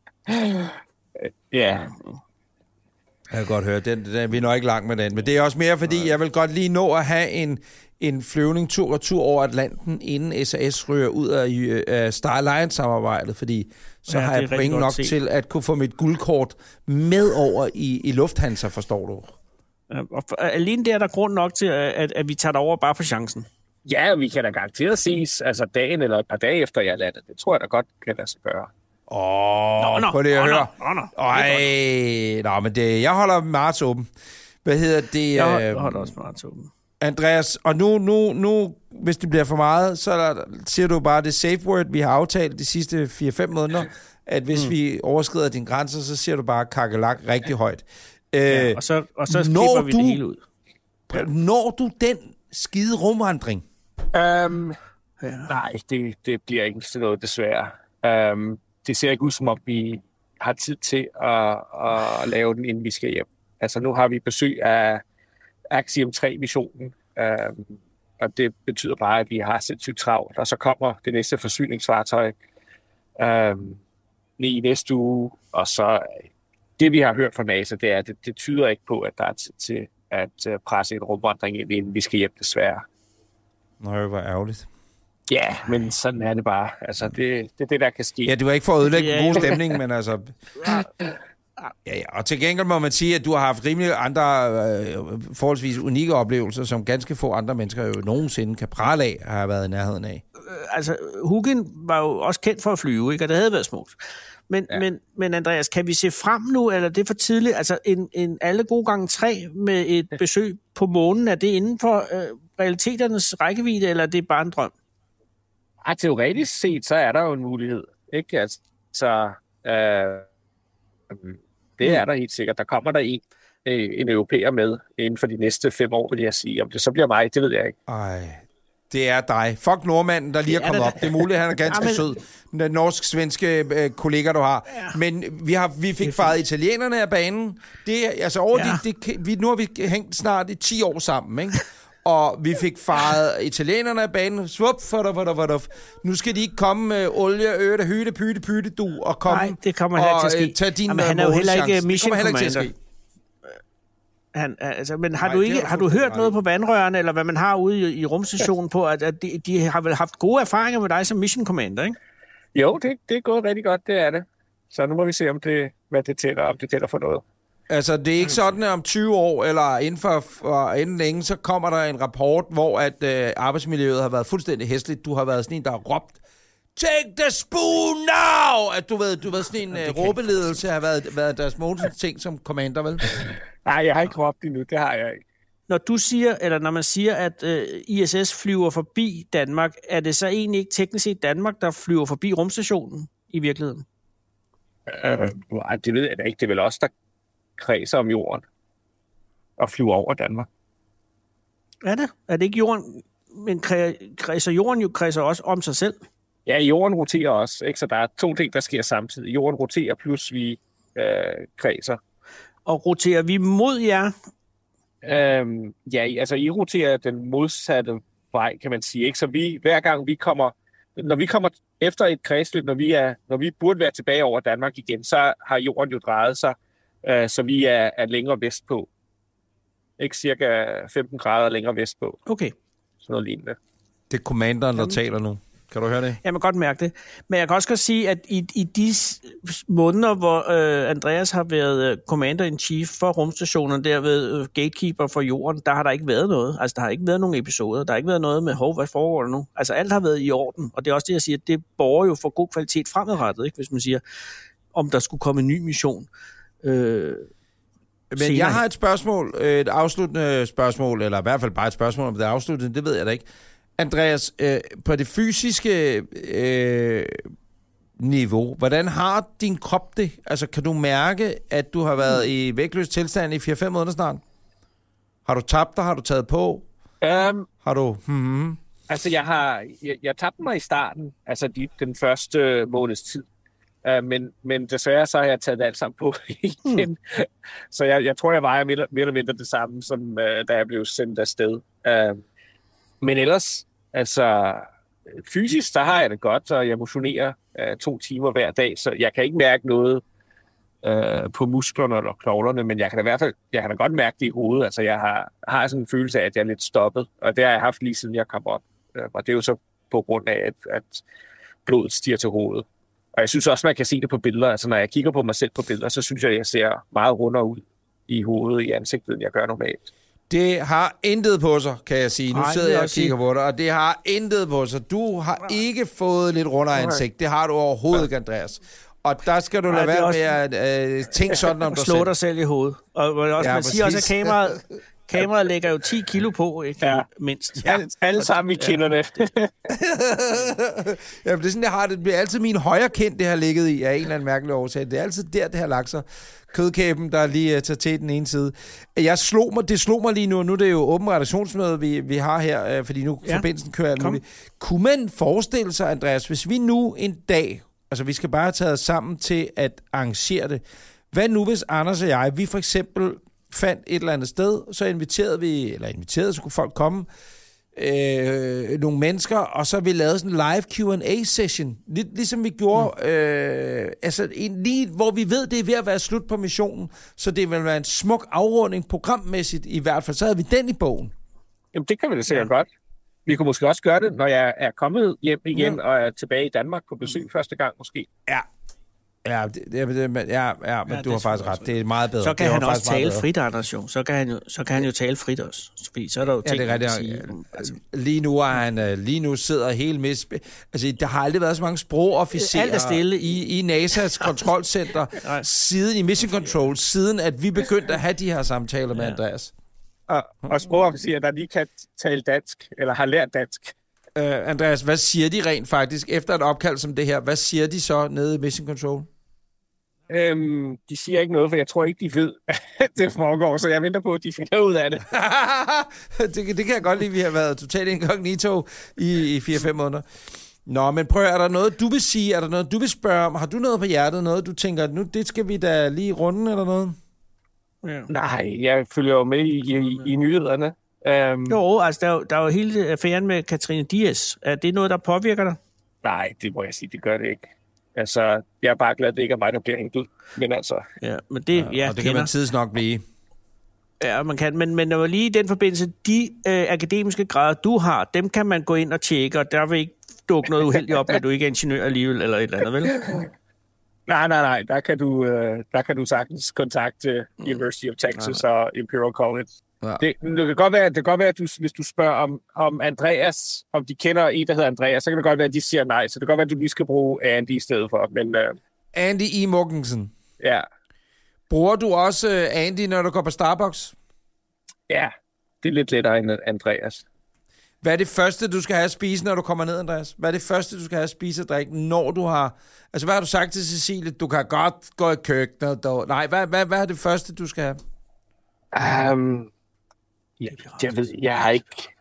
Ja. Jeg kan godt høre, den, den, vi er nok ikke langt med den, men det er også mere, fordi jeg vil godt lige nå at have en, en flyvning tur og tur over Atlanten, inden S A S ryger ud af uh, Star Alliance-samarbejdet, fordi så ja, har jeg point nok set. til at kunne få mit guldkort med over i, i Lufthansa, forstår du? Og alene der er der grund nok til, at, at vi tager det over bare for chancen. Ja, vi kan da garanteret ses altså dagen eller et par dage efter jeg landet. Det tror jeg da godt kan lade sig gøre. Åh, oh, på det jeg hører. Ej, nå, men det, jeg holder marts åben. Hvad hedder det? Jeg holder også marts åben. Andreas, og nu, nu, nu, hvis det bliver for meget, så der, siger du bare det safe word, vi har aftalt de sidste fire fem måneder, at hvis mm. vi overskrider dine grænser, så siger du bare kakelak rigtig højt. Ja, og så, og så klipper vi du, det hele ud. Ja. Når du den skide rumvandring? Um, ja. Nej, det, det bliver ikke til noget, desværre. Um, det ser ikke ud, som om vi har tid til at, at lave den, inden vi skal hjem. Altså, nu har vi besøg af Axiom tre-missionen, um, og det betyder bare, at vi har sindssygt travlt, og så kommer det næste forsyningsfartøj um, i næste uge, og så... Det, vi har hørt fra NASA, det er, at det, det tyder ikke på, at der er tid til at presse en rumvandring ind, inden vi skal hjem, desværre. Nå, det var ærgerligt. Ja, men sådan er det bare. Altså, det, det er det, der kan ske. Ja, du har ikke fået ødelægge en god stemning, men altså... Ja, ja, og til gengæld må man sige, at du har haft rimelig andre øh, forholdsvis unikke oplevelser, som ganske få andre mennesker jo nogensinde kan prale af, har været i nærheden af. altså, Hugin var jo også kendt for at flyve, ikke? Og det havde været smukt. Men, ja. men, men Andreas, kan vi se frem nu, eller er det for tidligt? Altså, en, en alle gode gange tre med et besøg på månen, er det inden for øh, realiteternes rækkevidde, eller er det bare en drøm? Ej, teoretisk set, så er der jo en mulighed, ikke? Altså, øh, det er der helt sikkert. Der kommer der en, en europæer med inden for de næste fem år, vil jeg sige. Om det så bliver mig, det ved jeg ikke. Ej, det er dig. Fuck nordmanden, der lige er, er kommet det, op. Det er muligt, at han er ganske ja, men... sød. Den norsk-svenske øh, kollega, du har. Ja. Men vi, har, vi fik fejret italienerne af banen. Det, altså over ja. de, det, vi, nu har vi hængt snart i ti år sammen, ikke? Og vi fik fejret italienerne af banen. Svup, for for for nu skal de ikke komme med olie, øde, hytte, pytte, pytte, du, og komme Nej, det kommer og til at ske. tage din Jamen, han er jo heller ikke mission commander. Han, altså, men har Nej, du ikke har du hørt noget på vandrørene, eller hvad man har ude i, i rumstationen på, at, at de, de har vel haft gode erfaringer med dig som mission commander, ikke? Jo, det, det er gået rigtig godt, det er det. Så nu må vi se, om det, hvad det tæller, om det tæller for noget. Altså, det er ikke sådan, at om tyve år, eller inden for, for inden længe, så kommer der en rapport, hvor at øh, arbejdsmiljøet har været fuldstændig hæsligt. Du har været sådan en, der har råbt, take the spoon now! At du ved, du ved sådan en øh, råbeledelse har været, været deres Mogensens ting som commander, vel? Nej, jeg har ikke råbt endnu, det har jeg ikke. Når du siger, eller når man siger, at øh, I S S flyver forbi Danmark, er det så egentlig ikke teknisk set Danmark, der flyver forbi rumstationen i virkeligheden? Øh, det ved jeg da ikke. Det er vel også der kredser om jorden og flyver over Danmark. Er det? Er det ikke jorden? Men kredser jorden jo kredser også om sig selv? Ja, jorden roterer også, ikke? Så der er to ting, der sker samtidig. Jorden roterer, plus vi øh, kredser. Og roterer vi mod jer? Øhm, ja, altså I roterer den modsatte vej, kan man sige. Ikke? Så vi, hver gang vi kommer, når vi kommer efter et kredsløb, når vi, er, når vi burde være tilbage over Danmark igen, så har jorden jo drejet sig, øh, så vi er, er længere vestpå. Ikke cirka femten grader længere vestpå. Okay. Sådan noget lignende. Det er commanderen, der taler nu. Kan du høre det? Jeg må godt mærke det. Men jeg kan også godt sige, at i, i de måneder, hvor øh, Andreas har været uh, commander-in-chief for rumstationen, derved uh, gatekeeper for jorden, der har der ikke været noget. Altså, der har ikke været nogen episoder. Der har ikke været noget med, hov, hvad foregår der nu? Altså, alt har været i orden. Og det er også det, jeg siger, at det borger jo for god kvalitet fremadrettet, ikke? Hvis man siger, om der skulle komme en ny mission. Øh, Men senere. jeg har et spørgsmål, et afsluttende spørgsmål, eller i hvert fald bare et spørgsmål om det er afsluttende, det ved jeg da ikke. Andreas, øh, på det fysiske øh, niveau, hvordan har din krop det? Altså, kan du mærke, at du har været mm. i vægtløs tilstand i fire fem måneder snart? Har du tabt dig? Har du taget på? Um, har du... Hmm. Altså, jeg har jeg, jeg tabte mig i starten, altså de, den første måneds tid. Uh, men, men desværre så har jeg taget det alt sammen på igen. Mm. Så jeg, jeg tror, jeg vejer mere, mere eller mindre det samme, som uh, da jeg blev sendt afsted. Uh, men ellers... Altså, fysisk, der har jeg det godt, og jeg motionerer øh, to timer hver dag, så jeg kan ikke mærke noget øh, på musklerne eller knoglerne, men jeg kan da i hvert fald, jeg kan da godt mærke det i hovedet. Altså, jeg har, har sådan en følelse af, at jeg er lidt stoppet, og det har jeg haft lige siden jeg kom op. Og det er jo så på grund af, at, at blodet stiger til hovedet. Og jeg synes også, man kan se det på billeder. Altså, når jeg kigger på mig selv på billeder, så synes jeg, at jeg ser meget rundere ud i hovedet, i ansigtet, end jeg gør normalt. Det har intet på sig, kan jeg sige. Nu Ej, sidder jeg og kigger på dig, og det har intet på sig. Du har ikke fået lidt rundere ansigt. Det har du overhovedet ikke, Andreas. Og der skal du lade være også... med at øh, tænke sådan om dig selv. Slå dig selv i hovedet. Og også, ja, man siger også, at kameraet, kameraet lægger jo ti kilo på, ikke? Ja. Mindst. Ja. Alle sammen i kinderne. Ja, det er sådan, jeg har det. Det bliver altid min højre kind, det har ligget i, af en eller anden mærkelig årsag. Det er altid der, det har lagt sig. Kødkæben, der lige uh, tager til den ene side. Jeg slog mig, det slog mig lige nu, nu er det jo åben redaktionsmøde, vi, vi har her, uh, fordi nu ja. forbindelsen kører alt muligt. Kunne man forestille sig, Andreas, hvis vi nu en dag, altså vi skal bare have taget sammen til at arrangere det, hvad nu hvis Anders og jeg, vi for eksempel fandt et eller andet sted, så inviterede vi, eller inviterede, så kunne folk komme, Øh, nogle mennesker, og så vi lavede sådan en live Q and A-session, Lig, ligesom vi gjorde, mm. øh, altså en, lige hvor vi ved, det er ved at være slut på missionen, så det vil være en smuk afrunding programmæssigt i hvert fald, så havde vi den i bogen. Jamen det kan vi da sikkert ja. godt. Vi kunne måske også gøre det, når jeg er kommet hjem igen, ja. og er tilbage i Danmark på besøg første gang måske. Ja. Ja, det, det, det, ja, ja, men ja, du har faktisk ret. Det er meget bedre. Så kan det han også tale frit, Anders, jo. Så kan han jo, så kan han jo tale frit også. Fordi så er der jo ting, ja, det er rigtigt. Altså. Lige nu er han, lige nu sidder helt med... Altså, der har aldrig været så mange sprogofficerer i, i N A S A's kontrolcenter, siden i Mission Control, siden at vi begyndte at have de her samtaler med ja. Andreas. Og, og sprogofficerer, der lige kan tale dansk, eller har lært dansk. Uh, Andreas, hvad siger de rent faktisk, efter et opkald som det her? Hvad siger de så nede i Mission Control? Øhm, de siger ikke noget, for jeg tror ikke, de ved, at det foregår, så jeg venter på, at de finder ud af det. det, det kan jeg godt lide, vi har været totalt inkognito i, i fire fem måneder. Nå, men prøv, er der noget, du vil sige? Er der noget, du vil spørge om? Har du noget på hjertet? Noget, du tænker, nu det skal vi da lige runde, eller noget? Ja. Nej, jeg følger jo med i, i, i nyhederne. Um, jo, altså, der er jo, der er jo hele affæren med Katrine Dias. Er det noget, der påvirker dig? Nej, det må jeg sige, det gør det ikke. Altså, jeg er bare glad, at det ikke er mig, der bliver hængt ud. Men altså... Ja, men det, ja, og det kan man tids nok blive. Ja, man kan. Men, men når lige i den forbindelse, de øh, akademiske grader, du har, dem kan man gå ind og tjekke, og der vil ikke dukke noget uheldigt op, at du ikke er ingeniør alligevel, eller et eller andet, vel? Nej, nej, nej. Der kan du, øh, der kan du sagtens kontakte University of Texas nej, nej. og Imperial College. Ja. Det, det kan godt være, det kan godt være at du, hvis du spørger om, om Andreas, om de kender en, der hedder Andreas, så kan det godt være, at de siger nej. Så det kan godt være, at du lige skal bruge Andy i stedet for. Men, uh... Andy E. Morgensen. Ja. Bruger du også Andy, når du går på Starbucks? Ja, det er lidt lettere end Andreas. Hvad er det første, du skal have at spise, når du kommer ned, Andreas? Hvad er det første, du skal have at spise og drikke, når du har... Altså, hvad har du sagt til Cecilie? Du kan godt gå i køkkenet. Dog. Nej, hvad, hvad, hvad er det første, du skal have? Um... Ja, jeg ved, jeg har ikke...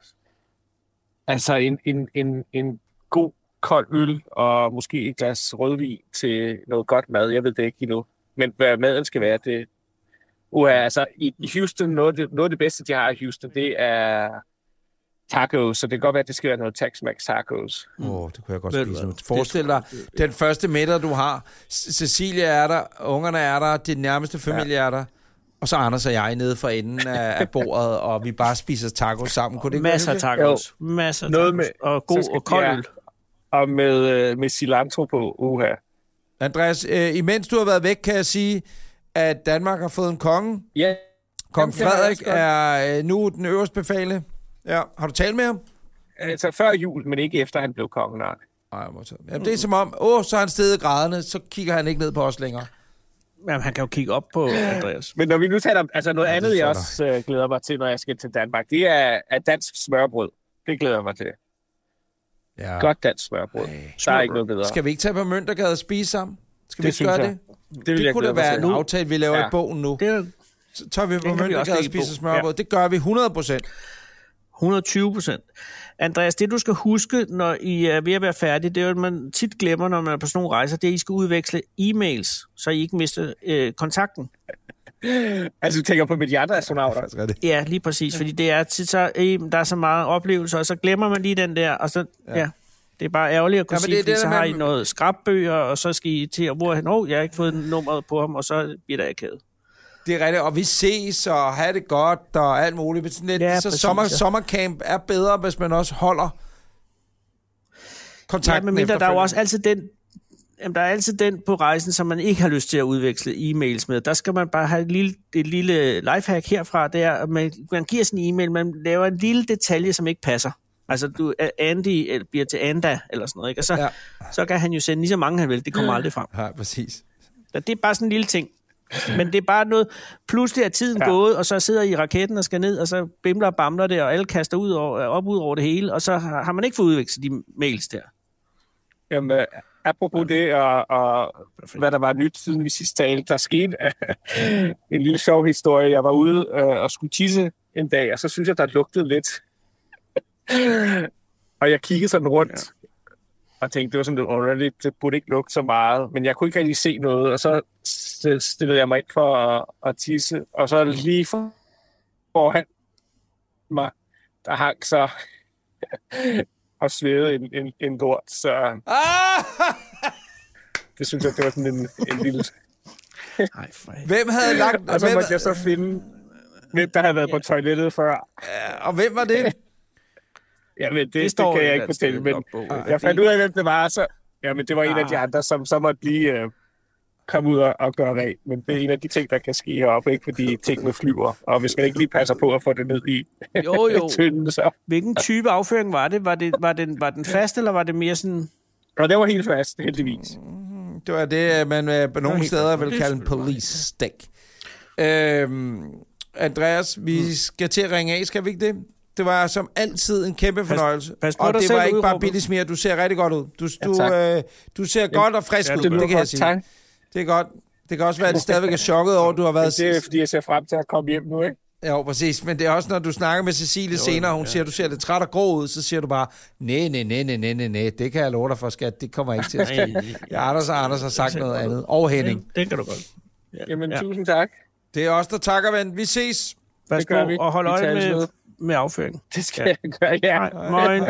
Altså, en, en, en, en god kold øl og måske et glas rødvin til noget godt mad. Jeg ved det ikke endnu. Men hvad maden skal være, det... Uh, altså, i, i Houston, noget af, det, noget af det bedste, de har i Houston, det er tacos. Så det kan godt være, at det skal være noget Tex-Mex tacos. Åh, oh, det kunne jeg godt spise nu. Forestil dig, den første middag, du har. Cecilia er der, ungerne er der, din nærmeste familie ja. er der. Og så Anders og jeg nede for enden af bordet, og vi bare spiser tacos sammen. Kunne det ikke Masser af tacos. Jo. Masser af tacos. Med, og god og kold øl. Og med, med cilantro på. Uha. Andreas, øh, imens du har været væk, kan jeg sige, at Danmark har fået en konge. Ja. Kong Frederik er øh, nu den øverste befale. Ja. Har du talt med ham? Altså før jul, men ikke efter han blev konge. Nej. Ej, Jamen, det er som om, åh, så er han steget graderne, så kigger han ikke ned på os længere. Jamen, han kan jo kigge op på Andreas. Men når vi nu taler om, altså noget ja, andet, jeg også øh, glæder mig til, når jeg skal til Danmark, det er, er dansk smørbrød. Det glæder jeg mig til. Ja. Godt dansk smørbrød. Ej, der smørbrød. Er ikke noget bedre. Skal vi ikke tage på Møntergade og spise sammen? Skal vi det ikke gøre jeg. det? Det, det kunne da være en aftale, vi laver ja. i bogen nu. Det, så tager vi på Møntergade og spiser smørbrød. Ja. Det gør vi hundrede procent. hundrede og tyve procent. Andreas, det du skal huske, når I er ved at være færdige, det er jo, at man tit glemmer, når man er på sådan nogle rejser, det er, at I skal udveksle e-mails, så I ikke mister øh, kontakten. Altså, du tænker på med de andre astronauter? Ja, lige præcis, fordi det er tit så, øh, der er så meget oplevelser, og så glemmer man lige den der, og så, ja, ja det er bare ærgerligt at kunne ja, sige, det, fordi det, så har I noget skrabbøger, og så skal I til, og hvor han, åh, jeg har ikke fået nummeret på ham, og så bliver der akavet. Det er rigtigt, og vi ses og har det godt og alt muligt. Sådan lidt, ja, så præcis, sommer, ja. sommercamp er bedre, hvis man også holder kontakten. Ja, men mindre, der er jo også altid den, jamen, der er altid den på rejsen, som man ikke har lyst til at udveksle e-mails med. Der skal man bare have et lille, et lille lifehack herfra, det er, at man, man giver sådan en e-mail, man laver en lille detalje, som ikke passer. Altså, du, Andy bliver til Anda, eller sådan noget, ikke? Og så, ja. så kan han jo sende lige så mange, han vil. Det kommer aldrig frem. Ja, præcis. Så det er bare sådan en lille ting. Men det er bare noget, pludselig er tiden ja. gået, og så sidder I i raketten og skal ned, og så bimler og bamler det, og alle kaster ud over, op ud over det hele, og så har man ikke fået udvekslet de mails der. Jamen, apropos det, og, og hvad der var nyt siden vi sidst talte, der skete en lille sjov historie. Jeg var ude øh, og skulle tisse en dag, og så synes jeg, der lugtede lidt. Og jeg kiggede sådan rundt, ja. og tænkte, det var sådan lidt underligt, det burde ikke lugte så meget, men jeg kunne ikke rigtig se noget, og så stillede jeg mig ind for at, at tisse, og så lige for foran mig, der hang så og svævede en, en, en lort, så det synes jeg, det var sådan en, en lille... Hvem havde lagt... Og så måtte jeg så finde, hvem der havde været på toilettet før. Og hvem var det? Jamen, det, det, det kan jeg ikke fortælle, men jeg fandt ud af, hvem det var, så... Jamen, det var en ah. af de andre, som så måtte blive... Øh, komme ud og, og gøre rent. Men det er en af de ting, der kan ske heroppe, ikke? Fordi tingene flyver. Og hvis man ikke lige passer på at få det ned i jo, jo. tynden, så... Hvilken type afføring var det? Var, det, var, den, var den fast, eller var det mere sådan... Og det var helt fast, heldigvis. Det var det, man øh, på nogle steder vil kalde en police stick. Øhm, Andreas, vi mm. skal til at ringe af, skal vi ikke det? Det var som altid en kæmpe fornøjelse. Pas, pas og det var ikke bare billigt smier. Du ser rigtig godt ud. Du, ja, du, øh, du ser ja, godt og frisk ja, ud, det, det kan godt, jeg sige. Tak. Det er godt. Det kan også være, at det stadigvæk er chokket over, at du har været... Det er, fordi jeg ser frem til at komme hjem nu, ikke? Jo, præcis. Men det er også, når du snakker med Cecilie jo, senere, hun ja. siger, at du ser lidt træt og grå ud, så siger du bare, nej, nej, nej, nej, nej, nej, det kan jeg love dig for, skat. Det kommer ikke til at ske. Ja, Anders og Anders har sagt noget andet. Og Henning. Det, det kan du godt. Ja. Jamen, ja. tusind tak. Det er os, der takker, ven. Vi ses. Værsgo, og hold øje med, med afføring. Det skal ja. jeg gøre, ja. Moin.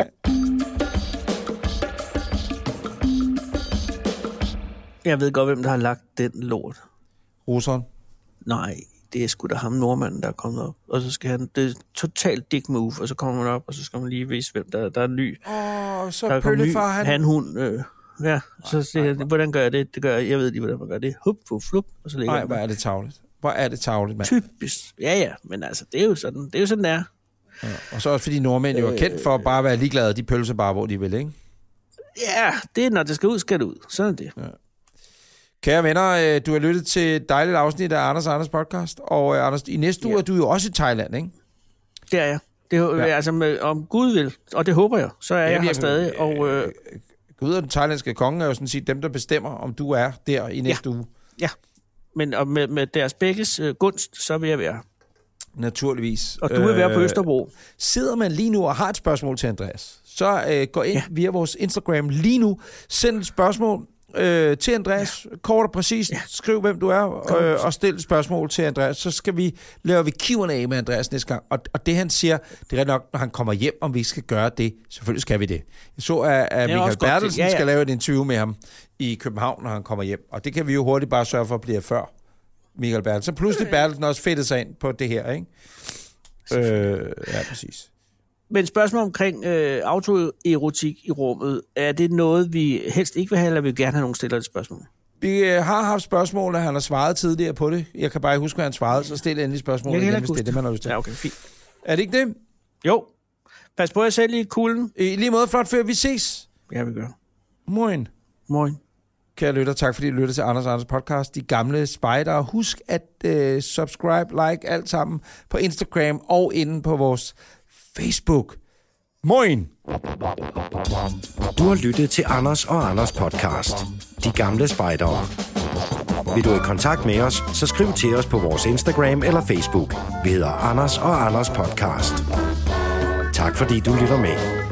Jeg ved godt, hvem der har lagt den lort. Rosson? Nej, det er sgu da ham nordmanden, der er kommet op. Og så skal han, det er totalt dick move, og så kommer man op, og så skal man lige vise, hvem der, der er ny. Åh, oh, så pøllefar han... Han, hun, øh, ja, så siger jeg, hvordan gør jeg det? Det gør jeg, jeg ved lige, hvordan man gør det. Hup, fup, flup, og så ligger Nej, hvor er det tavligt. Hvor er det tavligt, mand. Typisk. Ja, ja, men altså, det er jo sådan, det er jo sådan, det er. Ja, og så også fordi nordmænd jo er kendt for at bare være ligeglade, de pølser bare, hvor de vil, ikke? Ja, det er, når det skal ud, skal det ud. Sådan er det. Ja. Kære venner, du har lyttet til et dejligt afsnit af Anders og Anders podcast, og Anders, i næste uge ja. er du jo også i Thailand, ikke? Det er jeg. Det er ja. altså, med, om Gud vil, og det håber jeg, så er ja, jeg her stadig. Og, øh, Gud og den thailandske konge er jo sådan set dem, der bestemmer, om du er der i næste ja. uge. Ja, men og med, med deres begges øh, gunst, så vil jeg være. Naturligvis. Og du vil være på Østerbro. Sidder man lige nu og har et spørgsmål til Andreas, så øh, gå ind ja. via vores Instagram lige nu, send et spørgsmål øh, til Andreas, ja. kort og præcist, ja. skriv hvem du er, øh, og stil et spørgsmål til Andreas, så skal vi lave vi Q and A med Andreas næste gang. Og, og det han siger, det er nok, når han kommer hjem, om vi skal gøre det, selvfølgelig skal vi det. Jeg så, at, at Michael Bertelsen ja, ja. skal lave et interview med ham i København, når han kommer hjem, og det kan vi jo hurtigt bare sørge for at blive før. Michael Bertelsen. Så pludselig Bertelsen også fedtet sig ind på det her, ikke? Øh, ja, præcis. Men spørgsmål omkring øh, autoerotik i rummet, er det noget, vi helst ikke vil have, eller vil vi gerne have nogen stiller et spørgsmål? Vi øh, har haft spørgsmål, og han har svaret tidligere på det. Jeg kan bare ikke huske, hvad han svarede, så stil endelig spørgsmål igen, hvis det er det, man har lyst til. Ja, okay, fint. Er det ikke det? Jo. Pas på jer selv i kuglen. I lige måde, flot før vi ses. Ja, vi gør. Moin. Moin. Kære lytter, tak fordi I lytter til Anders og Anders podcast, De Gamle Spejdere. Husk at uh, subscribe, like, alt sammen på Instagram og inde på vores Facebook. Moin! Du har lyttet til Anders og Anders podcast, De Gamle Spejdere. Vil du i kontakt med os, så skriv til os på vores Instagram eller Facebook. Vi hedder Anders og Anders podcast. Tak fordi du lytter med.